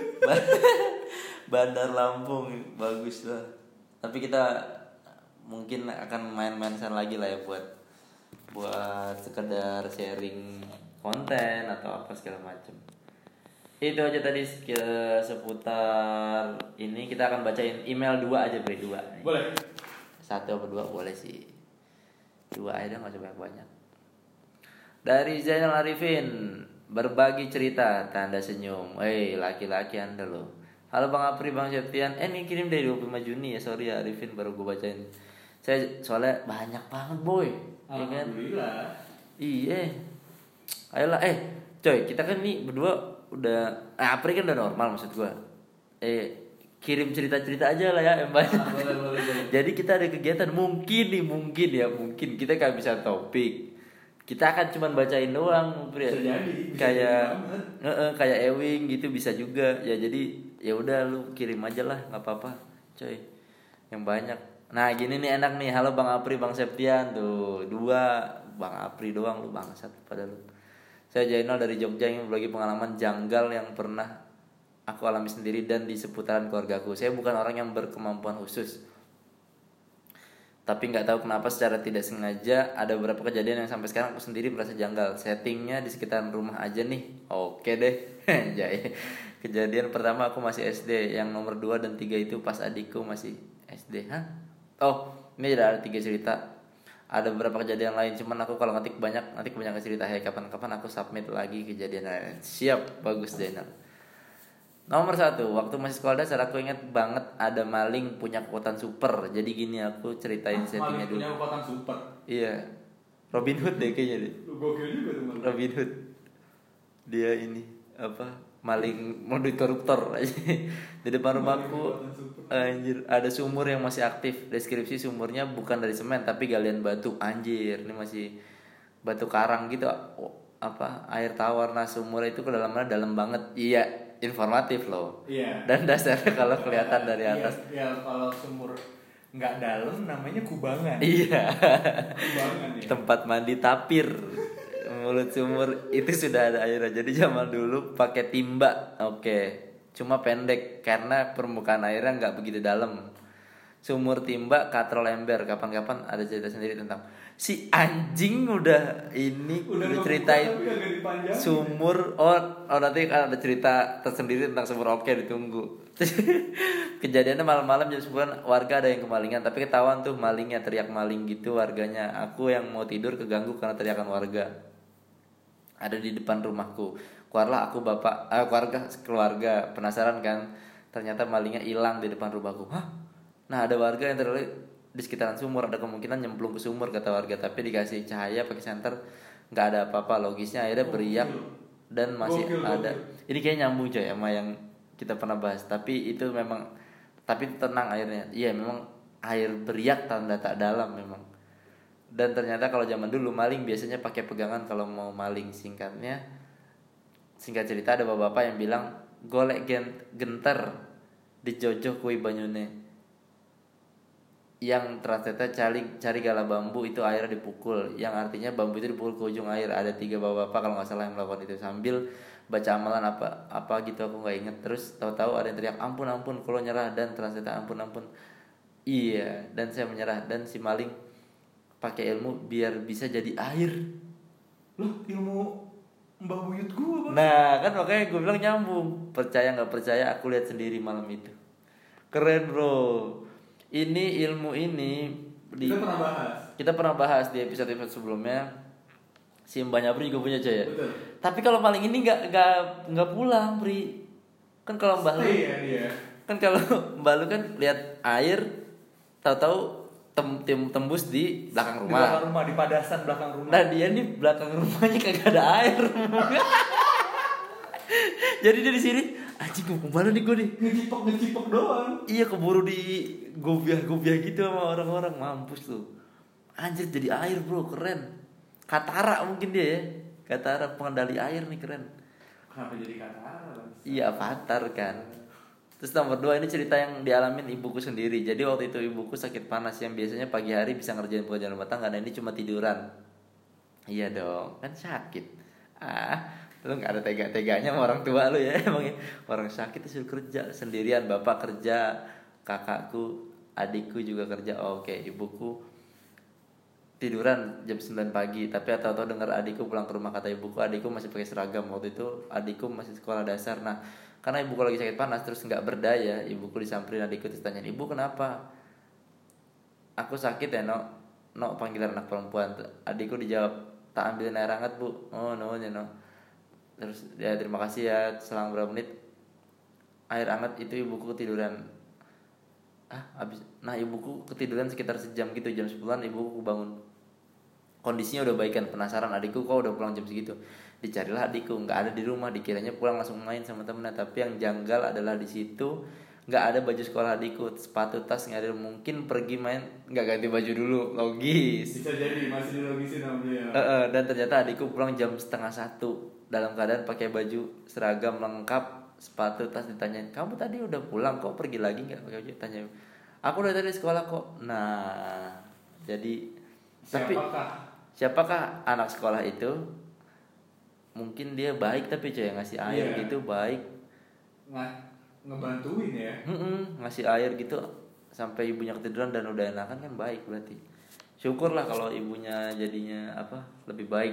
Bandar Lampung bagus lah. Tapi kita mungkin akan main-main sana lagi lah ya buat sekedar sharing konten atau apa segala macam. Itu aja tadi seputar ini. Kita akan bacain email 2 aja, Bre, 2. Boleh. 1 atau 2 boleh sih. 2 aja enggak usah banyak-banyak. Dari Zainal Arifin, berbagi cerita tanda senyum. Laki-laki Anda loh. Halo Bang Apri, Bang Septian. Ini kirim dari 25 Juni ya. Sorry ya Arifin, baru gue bacain. Saya soalnya banyak banget boy. Alhamdulillah. Iya. Ayolah coy, kita kan nih berdua udah Apri kan udah normal maksud gue. Kirim cerita-cerita aja lah ya yang banyak. Boleh. Jadi kita ada kegiatan mungkin kita gak bisa topik. Kita akan cuman bacain doang, kayak Ewing gitu bisa juga. Ya jadi ya udah lu kirim aja lah, nggak apa-apa, coy. Yang banyak. Nah gini nih enak nih. Halo Bang Apri, Bang Septian, tuh 2 Bang Apri doang, lu bangsat pada lu. Saya Jainal dari Jogja yang berbagi pengalaman janggal yang pernah aku alami sendiri dan di seputaran keluargaku. Saya bukan orang yang berkemampuan khusus, tapi nggak tahu kenapa secara tidak sengaja ada beberapa kejadian yang sampai sekarang aku sendiri merasa janggal. Settingnya di sekitaran rumah aja nih. Oke deh. Jadi kejadian pertama aku masih SD, yang nomor 2 dan 3 itu pas adikku masih SD. Ini ada 3 cerita. Ada beberapa kejadian lain, cuman aku kalau ngetik banyak cerita. Kapan-kapan aku submit lagi kejadian lain. Siap, bagus Zainal. Nomor 1, waktu masih sekolah dasar aku ingat banget ada maling punya kekuatan super. Jadi gini, aku ceritain settingnya dulu. Maling punya kekuatan super? Iya, Robin Hood deh kayaknya deh. Gokil juga teman. Robin Hood. Dia ini maling mode koruptor aja. Di depan rumahku anjir ada sumur yang masih aktif. Deskripsi sumurnya bukan dari semen tapi galian batu. Anjir, ini masih batu karang gitu. Air tawar. Nah sumur itu kedalamannya dalam banget. Iya, informatif loh. Iya. Dan dasarnya kalau kelihatan dari atas. Iya, kalau sumur nggak dalam namanya kubangan. Iya. Kubangan ya. Tempat mandi tapir. Mulut sumur itu sudah ada airnya. Jadi zaman dulu pakai timba. Oke. Cuma pendek karena permukaan airnya nggak begitu dalam. Sumur timba katrol ember. Kapan-kapan ada cerita sendiri tentang si anjing udah ceritain sumur. Nanti ada cerita tersendiri tentang sumur. Oke, ditunggu. Kejadiannya malam-malam jam 10 warga ada yang kemalingan, tapi ketahuan tuh malingnya, teriak maling gitu warganya. Aku yang mau tidur keganggu karena teriakan warga. Ada di depan rumahku. Keluarlah aku keluarga penasaran kan. Ternyata malingnya hilang di depan rumahku. Nah ada warga yang terlihat di sekitaran sumur, ada kemungkinan nyemplung ke sumur kata warga, tapi dikasih cahaya pakai senter nggak ada apa-apa. Logisnya akhirnya beriak dan masih ada. Ini kayak nyambung coy sama yang kita pernah bahas. Tapi tenang airnya. Iya memang air beriak tanda tak dalam memang. Dan ternyata kalau zaman dulu maling biasanya pakai pegangan kalau mau maling. Singkat cerita ada bapak-bapak yang bilang golek genter di Jojo kui banyune, yang ternyata cari gala bambu itu airnya dipukul, yang artinya bambu itu dipukul ke ujung air. Ada 3 bapak-bapak kalau nggak salah yang melakukan itu sambil baca amalan apa gitu, aku nggak inget. Terus tahu-tahu ada yang teriak ampun kalau nyerah, dan ternyata ampun. Iya, dan saya menyerah. Dan si maling pakai ilmu biar bisa jadi air. Loh, ilmu Mbah Buyut gua, Bang. Nah, kan makanya gue bilang nyambung. Percaya nggak percaya, aku lihat sendiri malam itu. Keren bro. Ini ilmu ini kita pernah bahas di episode sebelumnya. Si Mbaknya Pri juga punya coy ya. Betul. Tapi kalau maling ini nggak pulang Pri. Kan kalau Mbak lu, kan kalau Mbak lu kan lihat air, tahu-tahu tembus di belakang rumah. Di belakang rumah, di padasan belakang rumah. Nah dia nih belakang rumahnya kagak ada air. Jadi dia di sini, anjing gue kemana nih gue nih? Ngecipok doang. Iya, keburu di gobiah gitu sama orang-orang, mampus tuh. Anjir jadi air bro, keren. Katara mungkin dia ya. Katara pengendali air nih, keren. Kenapa jadi Katara? Iya, Avatar kan. Terus nomor 2, ini cerita yang dialamin ibuku sendiri. Jadi waktu itu ibuku sakit panas yang biasanya pagi hari bisa ngerjain pekerjaan rumah tangga, nah ini cuma tiduran. Iya dong, kan sakit. Lu nggak ada tega-teganya sama orang tua lu ya. Emang orang sakit itu suruh kerja sendirian. Bapak kerja, kakakku, adikku juga kerja. Oke, ibuku tiduran jam 9 pagi. Tapi atau dengar adikku pulang ke rumah, kata ibuku adikku masih pakai seragam. Waktu itu adikku masih sekolah dasar. Nah, karena ibuku lagi sakit panas terus nggak berdaya, ibuku disamperin adikku terus tanya, ibu kenapa? Aku sakit ya no panggilan anak perempuan. Adikku dijawab, tak ambilin air hangat bu. Oh no. Terus ya terima kasih ya, selang berapa menit air hangat itu ibuku ketiduran. Nah ibuku ketiduran sekitar sejam gitu, jam 10-an ibuku bangun. Kondisinya udah baik kan, penasaran adikku kok udah pulang jam segitu. Dicarilah adikku, nggak ada di rumah, dikiranya pulang langsung main sama temennya. Tapi yang janggal adalah di situ nggak ada baju sekolah adikku, sepatu, tas nggak ada. Mungkin pergi main nggak ganti baju dulu, logis. Bisa jadi masih dilogisin sama dia. Dan ternyata adikku pulang jam 12:30 dalam keadaan pakai baju seragam lengkap, sepatu, tas. Ditanyain, kamu tadi udah pulang kok pergi lagi nggak pakai baju? Tanya, aku udah dari sekolah kok. Nah jadi siapakah anak sekolah itu? Mungkin dia baik tapi coy ngasih air gitu baik. Ngebantuin ya. Ngasih air gitu sampai ibunya ketiduran dan udah enakan kan baik berarti. Syukurlah kalau ibunya jadinya lebih baik.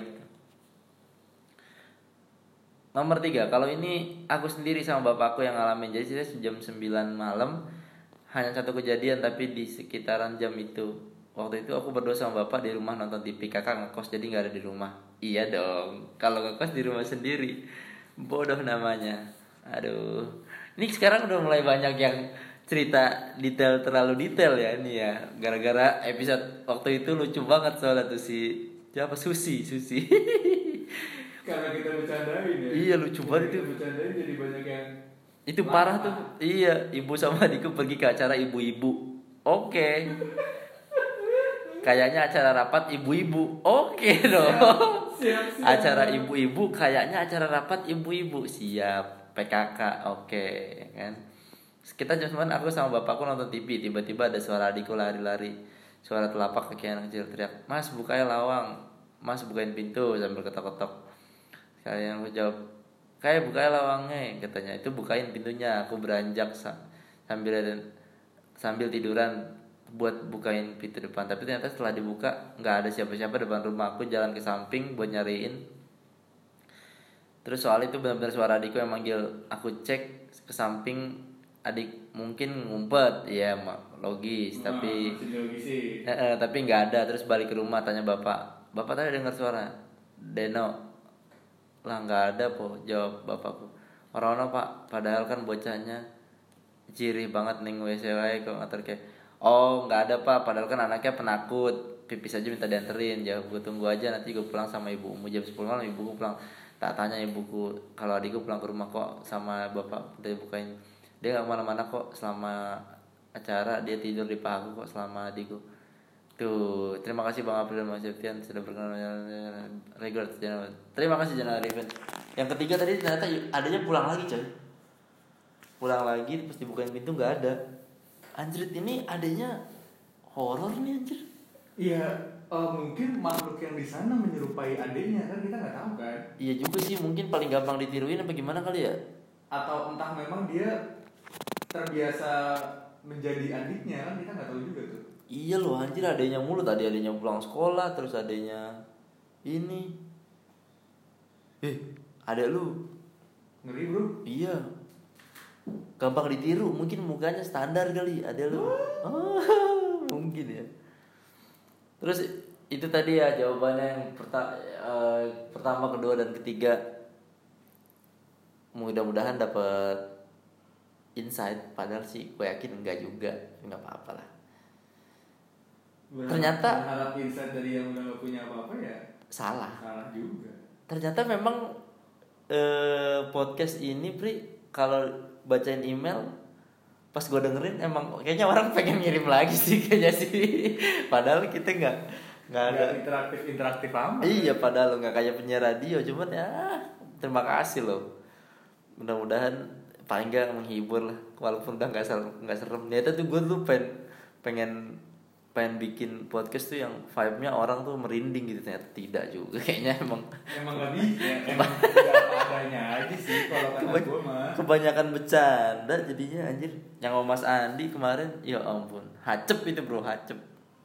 Nomor 3, kalau ini aku sendiri sama bapakku yang ngalamin. Jadi saya jam 9 malam, hanya satu kejadian tapi di sekitaran jam itu. Waktu itu aku berdua sama bapak di rumah nonton TV. Kakak ngekos jadi gak ada di rumah. Iya dong, kalau ngekos di rumah sendiri. Bodoh namanya. Aduh, ini sekarang udah mulai banyak yang cerita terlalu detail ya ini ya. Gara-gara episode waktu itu lucu banget soalnya tuh siapa Susi. Karena kita bercandain ya. Iya lucu banget itu. Bercandain jadi banyak yang itu parah tuh. Iya, ibu sama adikku pergi ke acara ibu-ibu. Oke. Kayaknya acara rapat ibu-ibu. Oke dong. Siap. Acara ibu-ibu kayaknya acara rapat ibu-ibu. Siap. PKK. Oke, kan. Kita jam 9 aku sama bapakku nonton TV. Tiba-tiba ada suara adikku lari-lari. Suara telapak kaki anak kecil teriak, "Mas, bukain lawang. Mas, bukain pintu," sambil ketok-ketok. Kalian aku jawab, "Kayak bukain lawangnya," katanya. Itu bukain pintunya. Aku beranjak sambil tiduran buat bukain pintu depan. Tapi ternyata setelah dibuka nggak ada siapa-siapa depan rumah. Aku jalan ke samping buat nyariin. Terus soal itu benar-benar suara adikku yang manggil. Aku cek ke samping, adik mungkin ngumpet, ya logis. Tapi nggak ada. Terus balik ke rumah tanya bapak tadi dengar suara Deno lah, nggak ada po, jawab bapakku. Orang-orang pak, padahal kan bocahnya cirih banget ning WC kok ngatur kayak. Oh nggak ada pak, padahal kan anaknya penakut, pipis aja minta dianterin. Jawab, gue tunggu aja nanti gue pulang sama ibumu. Jam 10 malam ibuku pulang. Tak tanya ibuku kalau adikku pulang ke rumah kok sama bapak udah bukain. Dia nggak kemana-mana kok selama acara, dia tidur di pahaku kok selama adikku. Tuh, terima kasih Bang April dan Mas Septian sudah berkenan regard channel. Terima kasih channel Raven. Yang ketiga tadi ternyata adanya pulang lagi coy. Pulang lagi terus dibukain pintu nggak ada. Anjrit, ini adanya horor nih anjir. Iya, mungkin makhluk yang di sana menyerupai adiknya kan, kita nggak tahu kan. Iya juga sih, mungkin paling gampang ditiruin apa gimana kali ya? Atau entah memang dia terbiasa menjadi adiknya kan kita nggak tahu juga tuh. Iya loh anjir, adanya mulu tadi, adanya pulang sekolah terus adanya ini. Adek lu Ngeri bro. iya, gampang ditiru, mungkin mukanya standar kali adek lu. Mungkin ya. Terus itu tadi ya jawabannya yang pertama, kedua dan ketiga. Mudah-mudahan dapat insight, padahal sih gue yakin enggak juga, nggak apa-apa lah. Ternyata harap insight dari yang udah gak punya apa-apa ya salah juga. Ternyata memang podcast ini Pri, kalau bacain email pas gue dengerin emang kayaknya orang pengen ngirim lagi sih kayaknya sih. Padahal kita nggak ada interaktif amat. Iya, padahal nggak kayak penyiar radio, cuman ya terima kasih loh. Mudah-mudahan paling nggak menghibur lah, walaupun udah nggak serem. Ternyata tuh gue tuh pengen bikin podcast tuh yang vibe-nya orang tuh merinding gitu, ternyata tidak juga kayaknya. Emang nggak bisa, emang apa adanya aja sih kalau kata gue mah. Kebanyakan bercanda jadinya anjir. Yang sama Mas Andi kemarin, ya ampun, hacep itu bro, hacep.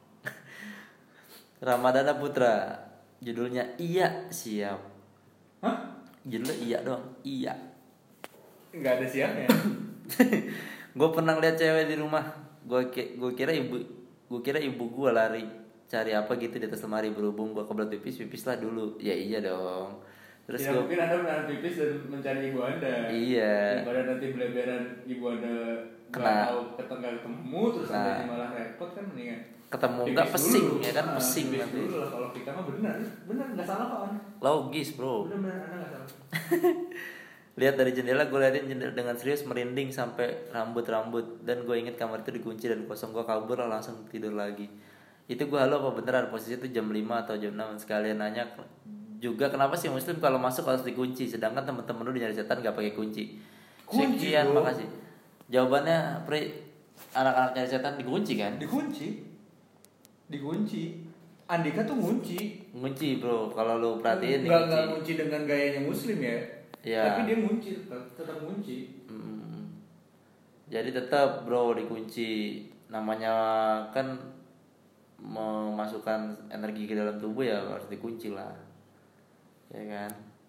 Ramadana Putra, judulnya Iya Siap. Hah? Judulnya Iya doang, Iya. Nggak ada siapnya. Gue pernah lihat cewek di rumah, gue kira ibu gue lari cari apa gitu di atas lemari, berhubung gue kebelet pipis lah dulu. Ya iya dong. Terus ya mungkin Anda menahan pipis dan mencari ibu Anda. Iya. Daripada nanti beleberan ibu Anda nggak tahu ketemu terus Anda malah repot kan, mendingan ketemu nggak pesing dulu. Ya kan pesing nanti. Dulu lah, kalau kita mah benar nggak salah kan. Logis bro. Benar Anda nggak salah. Lihat dari jendela, gue liatin jendela dengan serius, merinding sampai rambut dan gue inget kamar itu dikunci dan kosong. Gue kabur lah, langsung tidur lagi. Itu gue halo apa beneran, posisi itu jam 5 atau jam 6. Sekalian nanya juga kenapa sih muslim kalau masuk harus dikunci, sedangkan temen-temen lu di nyari setan gak pakai kunci. Sekian, makasih. Jawabannya Pri, anak-anak nyari setan dikunci kan? Dikunci. Andika tuh ngunci bro, kalau lu perhatiin nggak ngunci dengan gayanya muslim ya. Ya. Tapi dia ngunci, tetap ngunci. Jadi tetap bro dikunci. Namanya kan memasukkan energi ke dalam tubuh ya harus dikunci lah. Ya kan.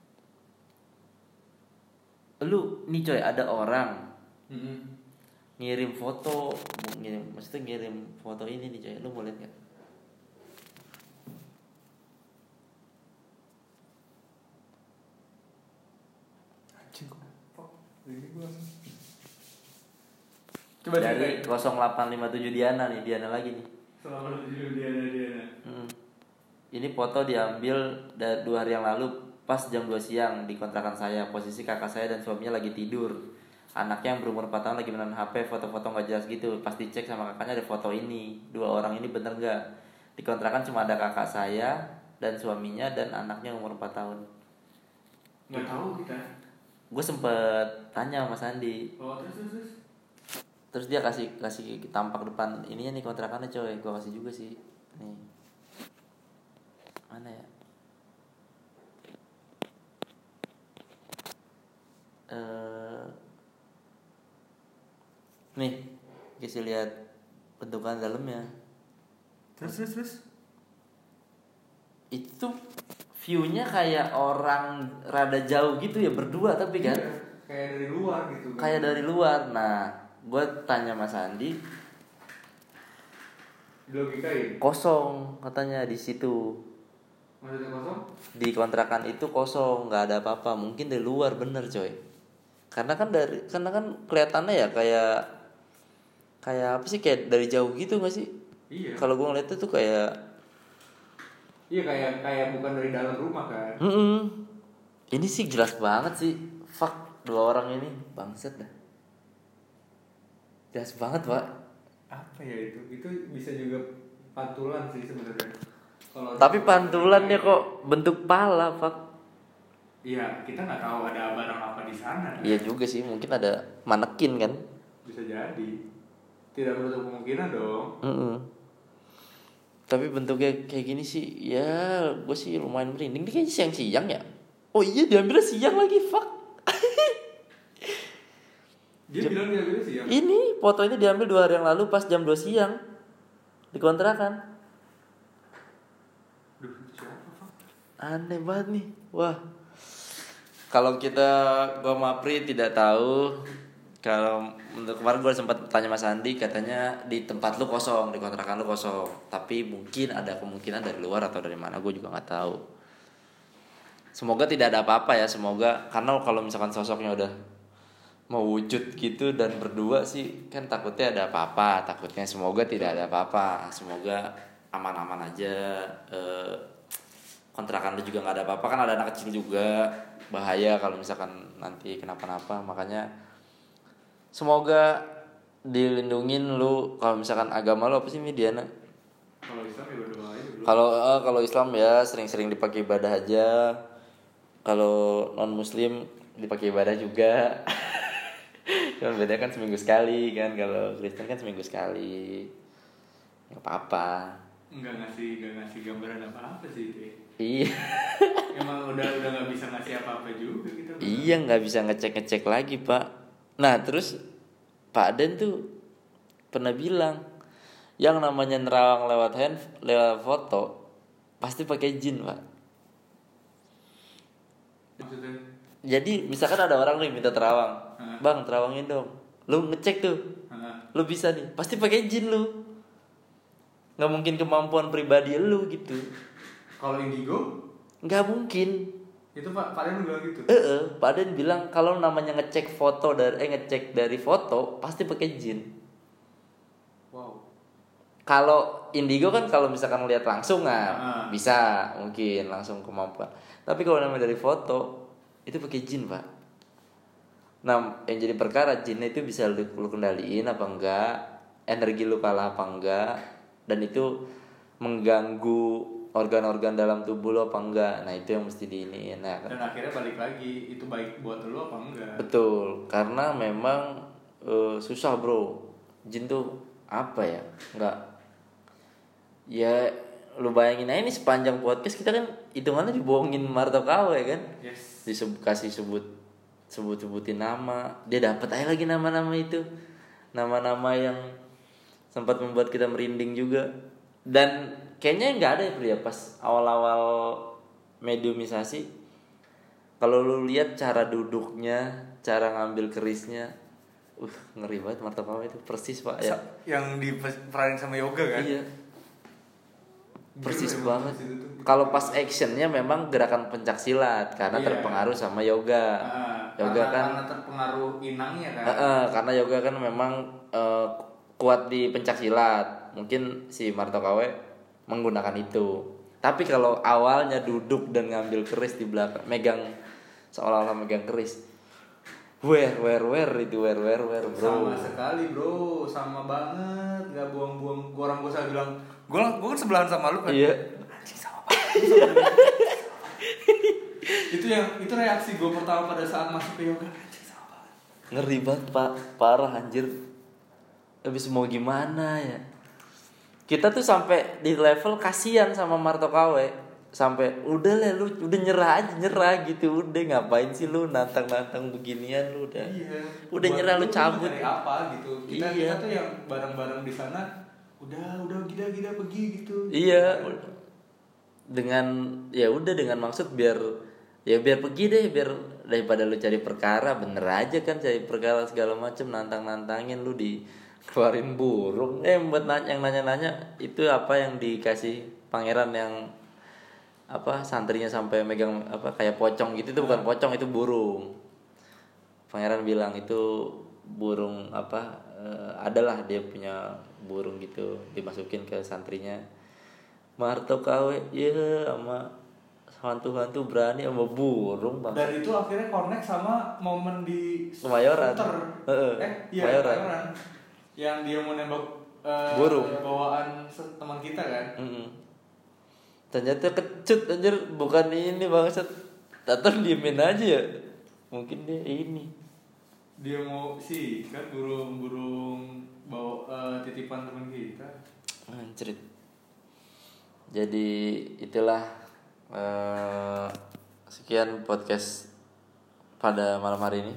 Lu nih coy, ada orang ngirim foto, maksudnya ngirim foto ini nih coy. Lu mau lihat nggak? Coba dari 0857 Diana lagi nih. 0857 Diana. Ini foto diambil 2 hari yang lalu pas jam 2 siang di kontrakan saya. Posisi kakak saya dan suaminya lagi tidur. Anaknya yang berumur 4 tahun lagi main HP, foto-foto gak jelas gitu. Pas dicek sama kakaknya ada foto ini. 2 orang ini bener gak? Di kontrakan cuma ada kakak saya dan suaminya dan anaknya umur 4 tahun. Gak tahu kita. Gue sempet tanya sama Sandi. Oh, Terus dia kasih tampak depan ininya nih kontrakannya coy. Gue kasih juga sih. Nih. Mana ya? Nih, kasih lihat bentukan dalamnya. Terus. Itu view-nya kayak orang rada jauh gitu ya, berdua tapi kan. Iya, kayak dari luar gitu. Kayak dari luar. Nah, gue tanya Mas Andi. Logikain. Kosong katanya di situ. Maksudnya kosong? Di kontrakan itu kosong, nggak ada apa-apa. Mungkin dari luar bener coy. Karena kan kelihatannya ya kayak apa sih, kayak dari jauh gitu nggak sih? Iya. Kalau gue ngeliat itu kayak. Iya kayak bukan dari dalam rumah kan. Ini sih jelas banget sih. Fuck, 2 orang ini bangset dah. Jelas banget pak. Apa ya itu? Itu bisa juga pantulan sih sebenarnya. Tapi pantulannya kok bentuk pala, fuck. Iya, kita nggak tahu ada barang apa di sana. Iya juga sih, mungkin ada manekin kan. Bisa jadi. Tidak menutup kemungkinan dong. Tapi bentuknya kayak gini sih, ya gue sih lumayan merinding. Ini kayaknya siang-siang ya. Oh iya, diambilnya siang lagi, fuck. Dia bilang diambil siang. Ini foto ini diambil 2 hari yang lalu pas jam 2 siang di kontrakan. Duh, siapa, Pak? Aneh banget nih. Wah. Kalau gua sama Apri tidak tahu. Kalau untuk kemarin gue sempat tanya Mas Andi, katanya di tempat lu kosong, di kontrakan lu kosong. Tapi mungkin ada kemungkinan dari luar atau dari mana, gue juga nggak tahu. Semoga tidak ada apa-apa ya, semoga, karena kalau misalkan sosoknya udah mau wujud gitu dan berdua sih kan takutnya ada apa-apa, takutnya semoga tidak ada apa-apa, semoga aman-aman aja. Kontrakan lu juga nggak ada apa-apa, kan ada anak kecil juga, bahaya kalau misalkan nanti kenapa-napa. Makanya semoga dilindungin lu. Kalau misalkan agama lu apa sih, Midiana? Kalau Islam ya berdoa aja. Kalau Islam ya sering-sering dipakai ibadah aja. Kalau non Muslim dipakai ibadah juga. Cuman beda kan seminggu sekali kan. Kalau Kristen kan seminggu sekali. Nggak apa-apa. Nggak ngasih gambaran apa-apa sih itu. Iya. Emang udah nggak bisa ngasih apa-apa juga gitu. Iya, nggak bisa ngecek lagi, Pak. Nah terus Pak Den tuh pernah bilang yang namanya nerawang lewat foto pasti pakai jin, Pak. Maksudnya? Jadi misalkan ada orang nih minta terawang, bang terawangin dong, lu ngecek tuh, lu bisa nih, pasti pakai jin lu, nggak mungkin kemampuan pribadi lu gitu. Kalau indigo? Nggak mungkin. Itu Pak Den bilang gitu. Pak Den bilang kalau namanya ngecek dari foto pasti pakai jin. Wow. Kalau indigo kan kalau misalkan lihat langsung bisa mungkin langsung kemampuan. Tapi kalau namanya dari foto itu pakai jin, Pak. Nah, yang jadi perkara jin itu bisa lu kendaliin apa enggak, energi lu kalah apa enggak, dan itu mengganggu organ-organ dalam tubuh lo apa enggak. Nah itu yang mesti diiniin. Nah, dan akhirnya balik lagi, itu baik buat lo apa enggak. Betul, karena memang susah bro. Jin tuh apa ya, enggak, ya lu bayangin aja nih sepanjang podcast kita kan hitungannya dibohongin Marto Kawe kan. Yes. Kasih sebutin nama, dia dapat aja lagi nama-nama itu, nama-nama yang sempat membuat kita merinding juga. Dan kayaknya nggak ada ya pas awal-awal mediumisasi. Kalau lu lihat cara duduknya, cara ngambil kerisnya, ngeri banget Marto Kawe itu, persis Pak ya. Yang diperanin sama yoga kan? Iya. Persis banget. Kalau pas actionnya memang gerakan pencak silat karena terpengaruh sama yoga. Karena terpengaruh inangnya kan. Karena yoga kan memang kuat di pencak silat. Mungkin si Marto Kawe menggunakan itu. Tapi kalau awalnya duduk dan ngambil keris di belakang, seolah-olah megang keris. Where itu bro. Sama sekali bro, sama banget, nggak buang-buang. Orang gue selalu bilang, gue kan sebelahan sama lu kan. Iya. Anjing sama banget. itu reaksi gue pertama pada saat masuk ke yoga. Anjing sama banget. Ngeri banget Pak, parah anjir. Habis mau gimana ya? Kita tuh sampai di level kasihan sama Marto Kawe. Sampai udah lah lu udah nyerah gitu, udah ngapain sih lu nantang beginian lu udah. Iya. Udah nyerah lu cabut. Dari apa gitu. Kita tuh yang bareng-bareng di sana udah gila pergi gitu. Iya. Dengan maksud biar pergi deh, biar daripada lu cari perkara, bener aja kan cari perkara segala macem, nantangin lu dikeluarin burung. Buat yang nanya itu apa yang dikasih pangeran yang santrinya sampai megang kayak pocong gitu, itu bukan pocong, itu burung. Pangeran bilang itu burung adalah dia punya burung gitu, dimasukin ke santrinya. Marto Kawe sama hantu-hantu berani sama burung bang. Dan itu akhirnya connect sama momen di Kemayoran. Kemayoran. Yang dia mau nembak burung bawaan teman kita kan. Ternyata kecut anjir, bukan ini bangsat. Datang diemin aja ya. Mungkin dia ini. Dia mau kan burung bawa titipan teman kita. Anjir. Jadi itulah sekian podcast pada malam hari ini.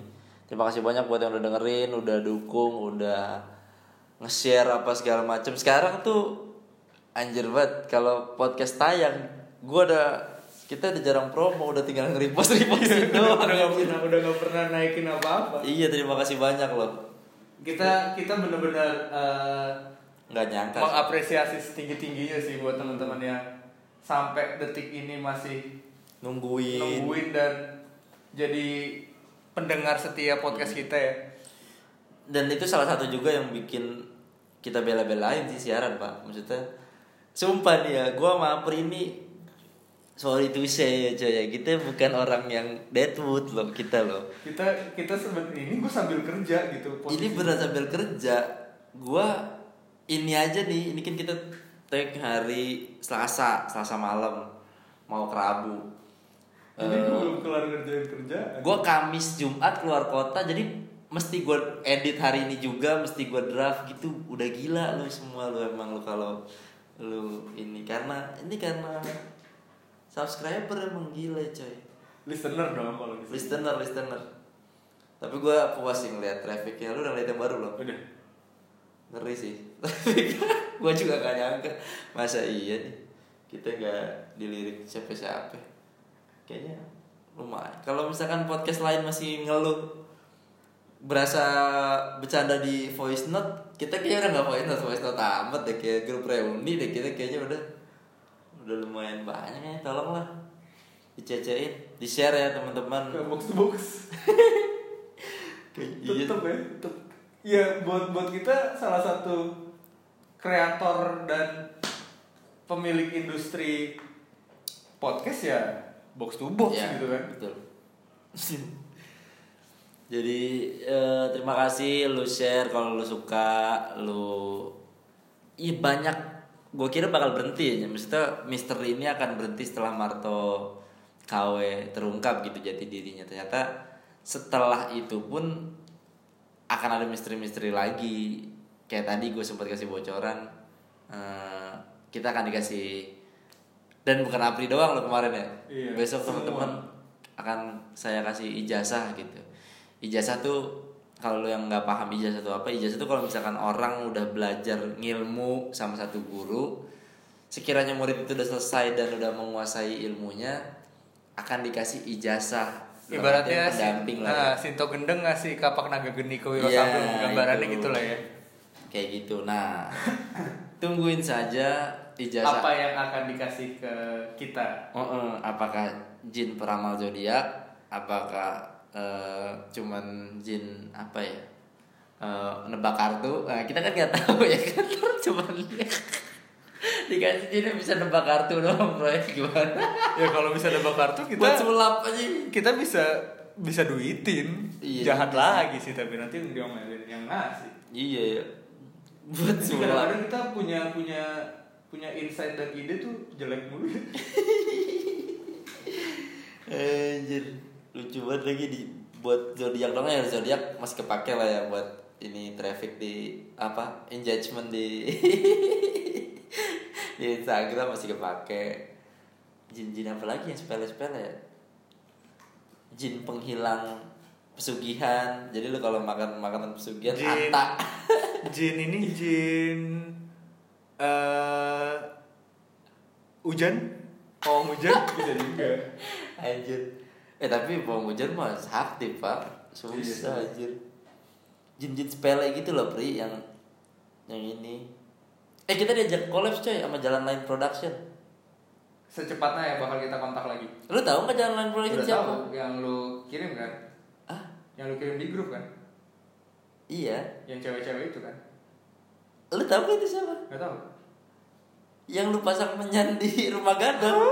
Terima kasih banyak buat yang udah dengerin, udah dukung, udah nge-share apa segala macam. Sekarang tuh anjir banget kalau podcast tayang, kita udah jarang promo, udah tinggal nge-repost doang. udah nggak pernah naikin apa-apa. Iya, terima kasih banyak loh. Kita benar-benar nggak nyangka mengapresiasi setinggi-tingginya sih buat teman-teman yang sampai detik ini masih nungguin dan jadi pendengar setia podcast kita ya. Dan itu salah satu juga yang bikin kita bela-belain sih siaran, Pak. Maksudnya sumpah nih ya, gue sama Apri ini sorry to say ya coy ya, kita bukan orang yang deadwood loh, kita kita sebenarnya ini gue sambil kerja gitu posisi. Ini benar sambil kerja. Gue ini aja nih, ini kan kita tag hari Selasa malam mau ke Rabu. Jadi gue belum kelar kerja. Gue Kamis Jumat keluar kota, jadi mesti gue edit hari ini juga, mesti gue draft gitu. Udah gila lu semua lu emang lu kalau lu ini karena subscriber emang gila coy. Listener dong kalau gitu. Listener. Tapi gue puas sih ngeliat trafficnya. Lu udah liat yang baru belum? Udah. Ngeri sih. Gue juga gak nyangka. Masa iya nih kita gak dilirik siapa-siapa. Kayaknya lumayan. Kalau misalkan podcast lain masih ngeluh berasa bercanda di voice note, kita kayaknya udah gak voice note amat deh, kayak grup reuni deh kita kayaknya udah lumayan banyak ya. Tolonglah dicecein, di-share ya teman-teman. Box to box. Tetep ya, ya buat kita salah satu kreator dan pemilik industri podcast ya box to box ya, gitu kan. Betul. Jadi terima kasih lu share kalau lu suka, banyak. Gue kira bakal berhenti ya, maksudnya misteri ini akan berhenti setelah Marto KW terungkap gitu jati dirinya. Ternyata setelah itu pun akan ada misteri-misteri lagi. Kayak tadi gue sempat kasih bocoran, kita akan dikasih, dan bukan Apri doang loh kemarin ya. Iya, besok teman-teman akan saya kasih ijazah gitu. Ijazah tuh kalau lu yang nggak paham ijazah itu apa, ijazah itu kalau misalkan orang udah belajar ngilmu sama satu guru, sekiranya murid itu udah selesai dan udah menguasai ilmunya, akan dikasih ijazah. Ibaratnya pendamping lah. Sinto Gendeng ngasih kapak naga geni ke Wiro Sableng, gambarannya gitu lah ya. Kayak gitu. Nah, tungguin saja ijazah. Apa yang akan dikasih ke kita? Apakah jin peramal zodiak? Apakah cuman jin apa ya, nebak kartu? Nah, kita kan nggak tahu ya kan, cuman dikasih jin bisa nebak kartu dong, bro. Gimana ya kalau bisa nebak kartu kita buat sulap aja, kita bisa duitin. Iya, jahat lagi sih, tapi nanti diomelin yang ngasih. Iya ya, buat sulap. Kadang-kadang kita punya insight dan ide tuh jelek mulu. Anjir, lucu banget lagi buat zodiak dong ya. Zodiak masih kepake lah ya buat ini traffic di engagement di di Instagram masih kepake. Jin apa lagi yang sepele-sepele ya? Jin penghilang pesugihan. Jadi lu kalau makan makanan pesugihan ata. Jin hujan, hujan bisa juga. Anjir. Tapi pawang hujan mah sakti pak, susah anjir. Jin sepele gitu loh Pri, yang ini. Kita diajak collab coy sama Jalan Lain Production. Secepatnya ya bakal kita kontak lagi. Lu tahu nggak Jalan Lain Production siapa? Tahu, yang lu kirim kan? Yang lu kirim di grup kan? Iya. Yang cewek-cewek itu kan? Lu tahu nggak itu siapa? Nggak tahu. Yang lu pasang menyan di rumah gadang.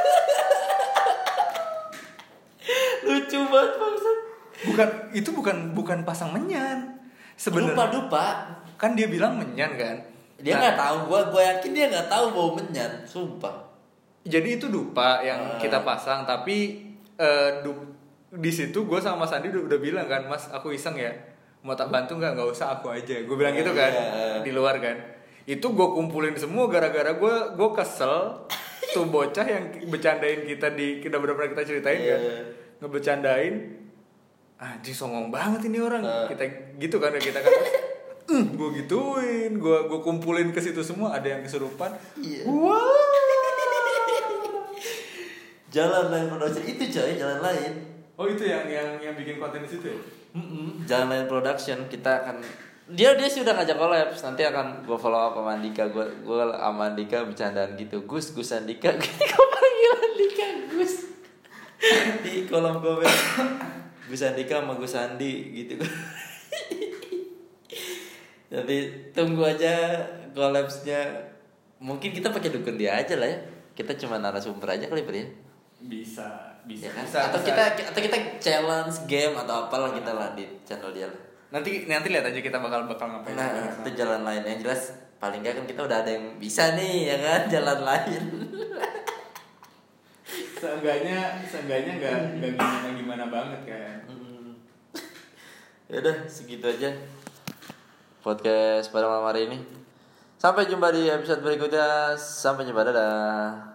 Lucu banget maksud. Bukan pasang menyan. Sebenarnya Dupa. Kan dia bilang menyan kan? Dia nggak tahu. Gua yakin dia nggak tahu bau menyan. Sumpah. Jadi itu dupa yang kita pasang, tapi di situ gue sama Mas Andi udah bilang kan, Mas aku iseng ya, mau tak bantu nggak usah aku aja. Gue bilang gitu kan di luar kan. Itu gue kumpulin semua gara-gara gue kesel tuh bocah yang bercandain kita kita benar-benar kita ceritain kan, ngebercandain anjing songong banget ini orang. Kita gitu kan gue gituin, gue kumpulin ke situ semua, ada yang kesurupan. Iya. Wow. Jalan Lain Production itu coy, Jalan Lain. Oh itu yang bikin konten di situ ya? Jalan Lain Production kita akan dia sih udah ngajak collab, nanti akan gue follow up sama Andika, gue sama Andika bercandaan gitu, Gus Andika, gue panggil Andika Gus di kolom komen, Gus Andika sama Gus Andi gitu. Tapi tunggu aja collabsnya. Mungkin kita pakai dukun dia aja lah ya. Kita cuma narasumber aja kali ya. Bisa Ya kan? bisa. Atau kita challenge game atau apalah kita lah di channel dia lah. Nanti lihat aja kita bakal ngapain. Nah, itu jalan lain yang jelas. Paling nggak kan kita udah ada yang bisa nih ya kan, jalan lain. Seenggaknya nggak gimana banget kan. Ya udah segitu aja podcast pada malam hari ini. Sampai jumpa di episode berikutnya. Sampai jumpa, dadah.